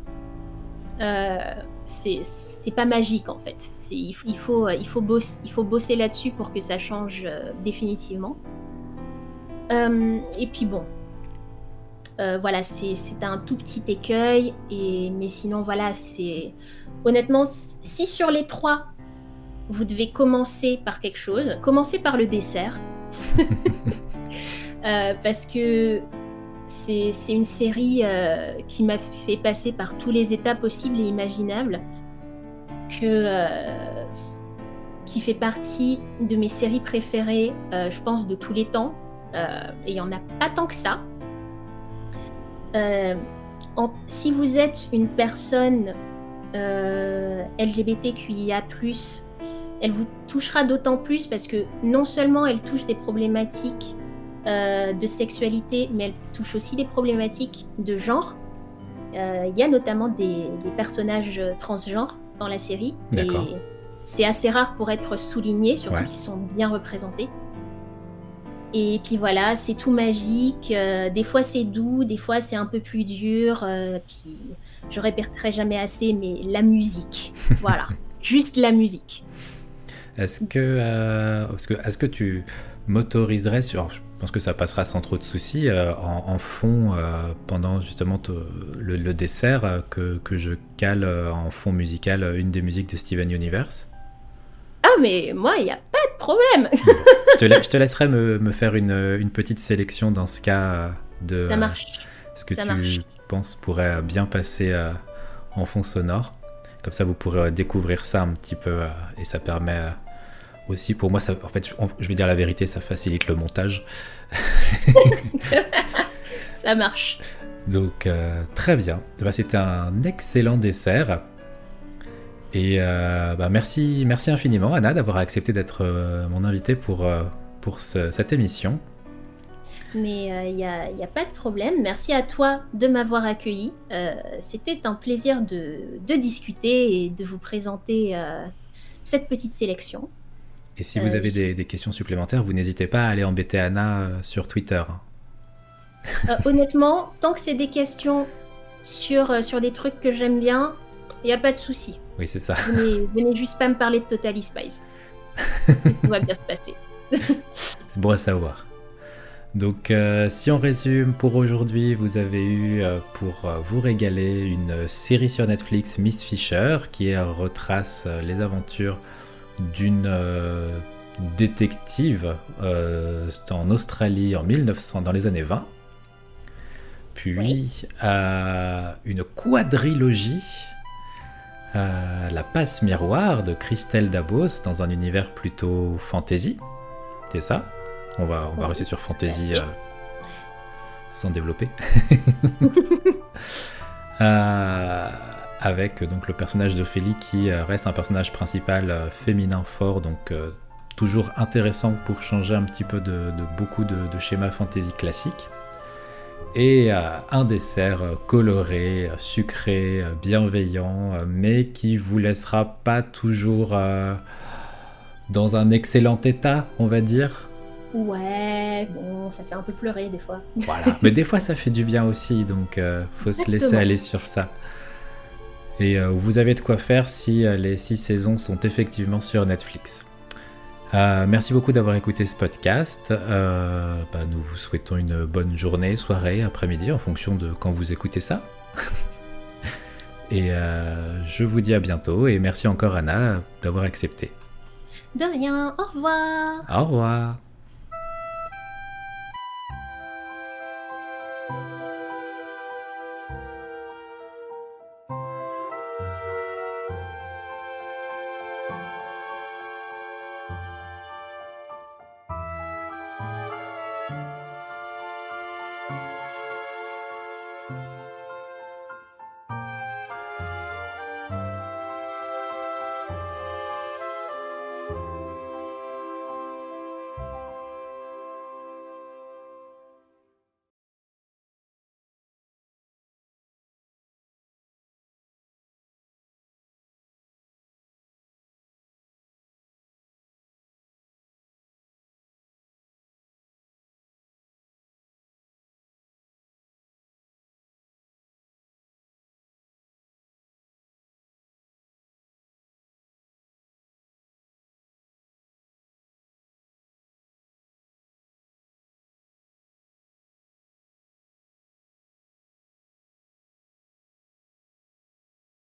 C'est pas magique en fait. Il faut bosser là-dessus pour que ça change définitivement. Et puis bon, voilà, c'est un tout petit écueil, mais sinon voilà, honnêtement, si sur les 3 vous devez commencer par quelque chose, commencez par le dessert. Parce que c'est une série qui m'a fait passer par tous les états possibles et imaginables, qui fait partie de mes séries préférées, je pense, de tous les temps. Et il n'y en a pas tant que ça. Si vous êtes une personne LGBTQIA+, elle vous touchera d'autant plus parce que non seulement elle touche des problématiques de sexualité, mais elle touche aussi des problématiques de genre. Il y a notamment des personnages transgenres dans la série. D'accord. Et c'est assez rare pour être souligné, surtout Ouais. qu'ils sont bien représentés. Et puis voilà, c'est tout magique. Des fois c'est doux, des fois c'est un peu plus dur. Puis je répéterai jamais assez, mais la musique, voilà, juste la musique. Est-ce que tu m'autoriserais sur... Je pense que ça passera sans trop de soucis en fond pendant justement le dessert que je cale en fond musical une des musiques de Steven Universe. Ah mais moi, il n'y a pas de problème. Je te laisserai me faire une petite sélection dans ce cas de Ça marche. ce que ça tu marche. penses pourrait bien passer en fond sonore. Comme ça, vous pourrez découvrir ça un petit peu et ça permet aussi pour moi, ça, en fait, je vais dire la vérité, ça facilite le montage. Ça marche. Donc, très bien. C'était un excellent dessert. Et merci infiniment, Anna, d'avoir accepté d'être mon invitée pour cette émission. Mais il n'y a pas de problème. Merci à toi de m'avoir accueilli. C'était un plaisir de discuter et de vous présenter cette petite sélection. Et si vous avez des questions supplémentaires, vous n'hésitez pas à aller embêter Anna sur Twitter. Honnêtement, tant que c'est des questions sur des trucs que j'aime bien, il n'y a pas de souci. Oui, c'est ça. Venez juste pas me parler de Totally Spies. Tout va bien se passer. C'est bon à savoir. Donc, si on résume, pour aujourd'hui, vous avez eu, pour vous régaler, une série sur Netflix, Miss Fisher, qui retrace les aventures d'une détective en Australie en 1900, dans les années 20. Puis, Oui. une quadrilogie, La Passe Miroir de Christelle Dabos, dans un univers plutôt fantasy. C'est ça ? On va rester sur fantasy sans développer. Avec donc le personnage d'Ophélie qui reste un personnage principal féminin fort, donc toujours intéressant pour changer un petit peu de beaucoup de schémas fantasy classiques. Et un dessert coloré, sucré, bienveillant, mais qui vous laissera pas toujours dans un excellent état, on va dire. Ouais, bon, ça fait un peu pleurer des fois. Voilà. Mais des fois, ça fait du bien aussi, donc faut se laisser Exactement. aller sur ça. Et vous avez de quoi faire si les 6 saisons sont effectivement sur Netflix. Merci beaucoup d'avoir écouté ce podcast. Nous vous souhaitons une bonne journée, soirée, après-midi, en fonction de quand vous écoutez ça. Et je vous dis à bientôt, et merci encore Anna d'avoir accepté. De rien, au revoir. Au revoir.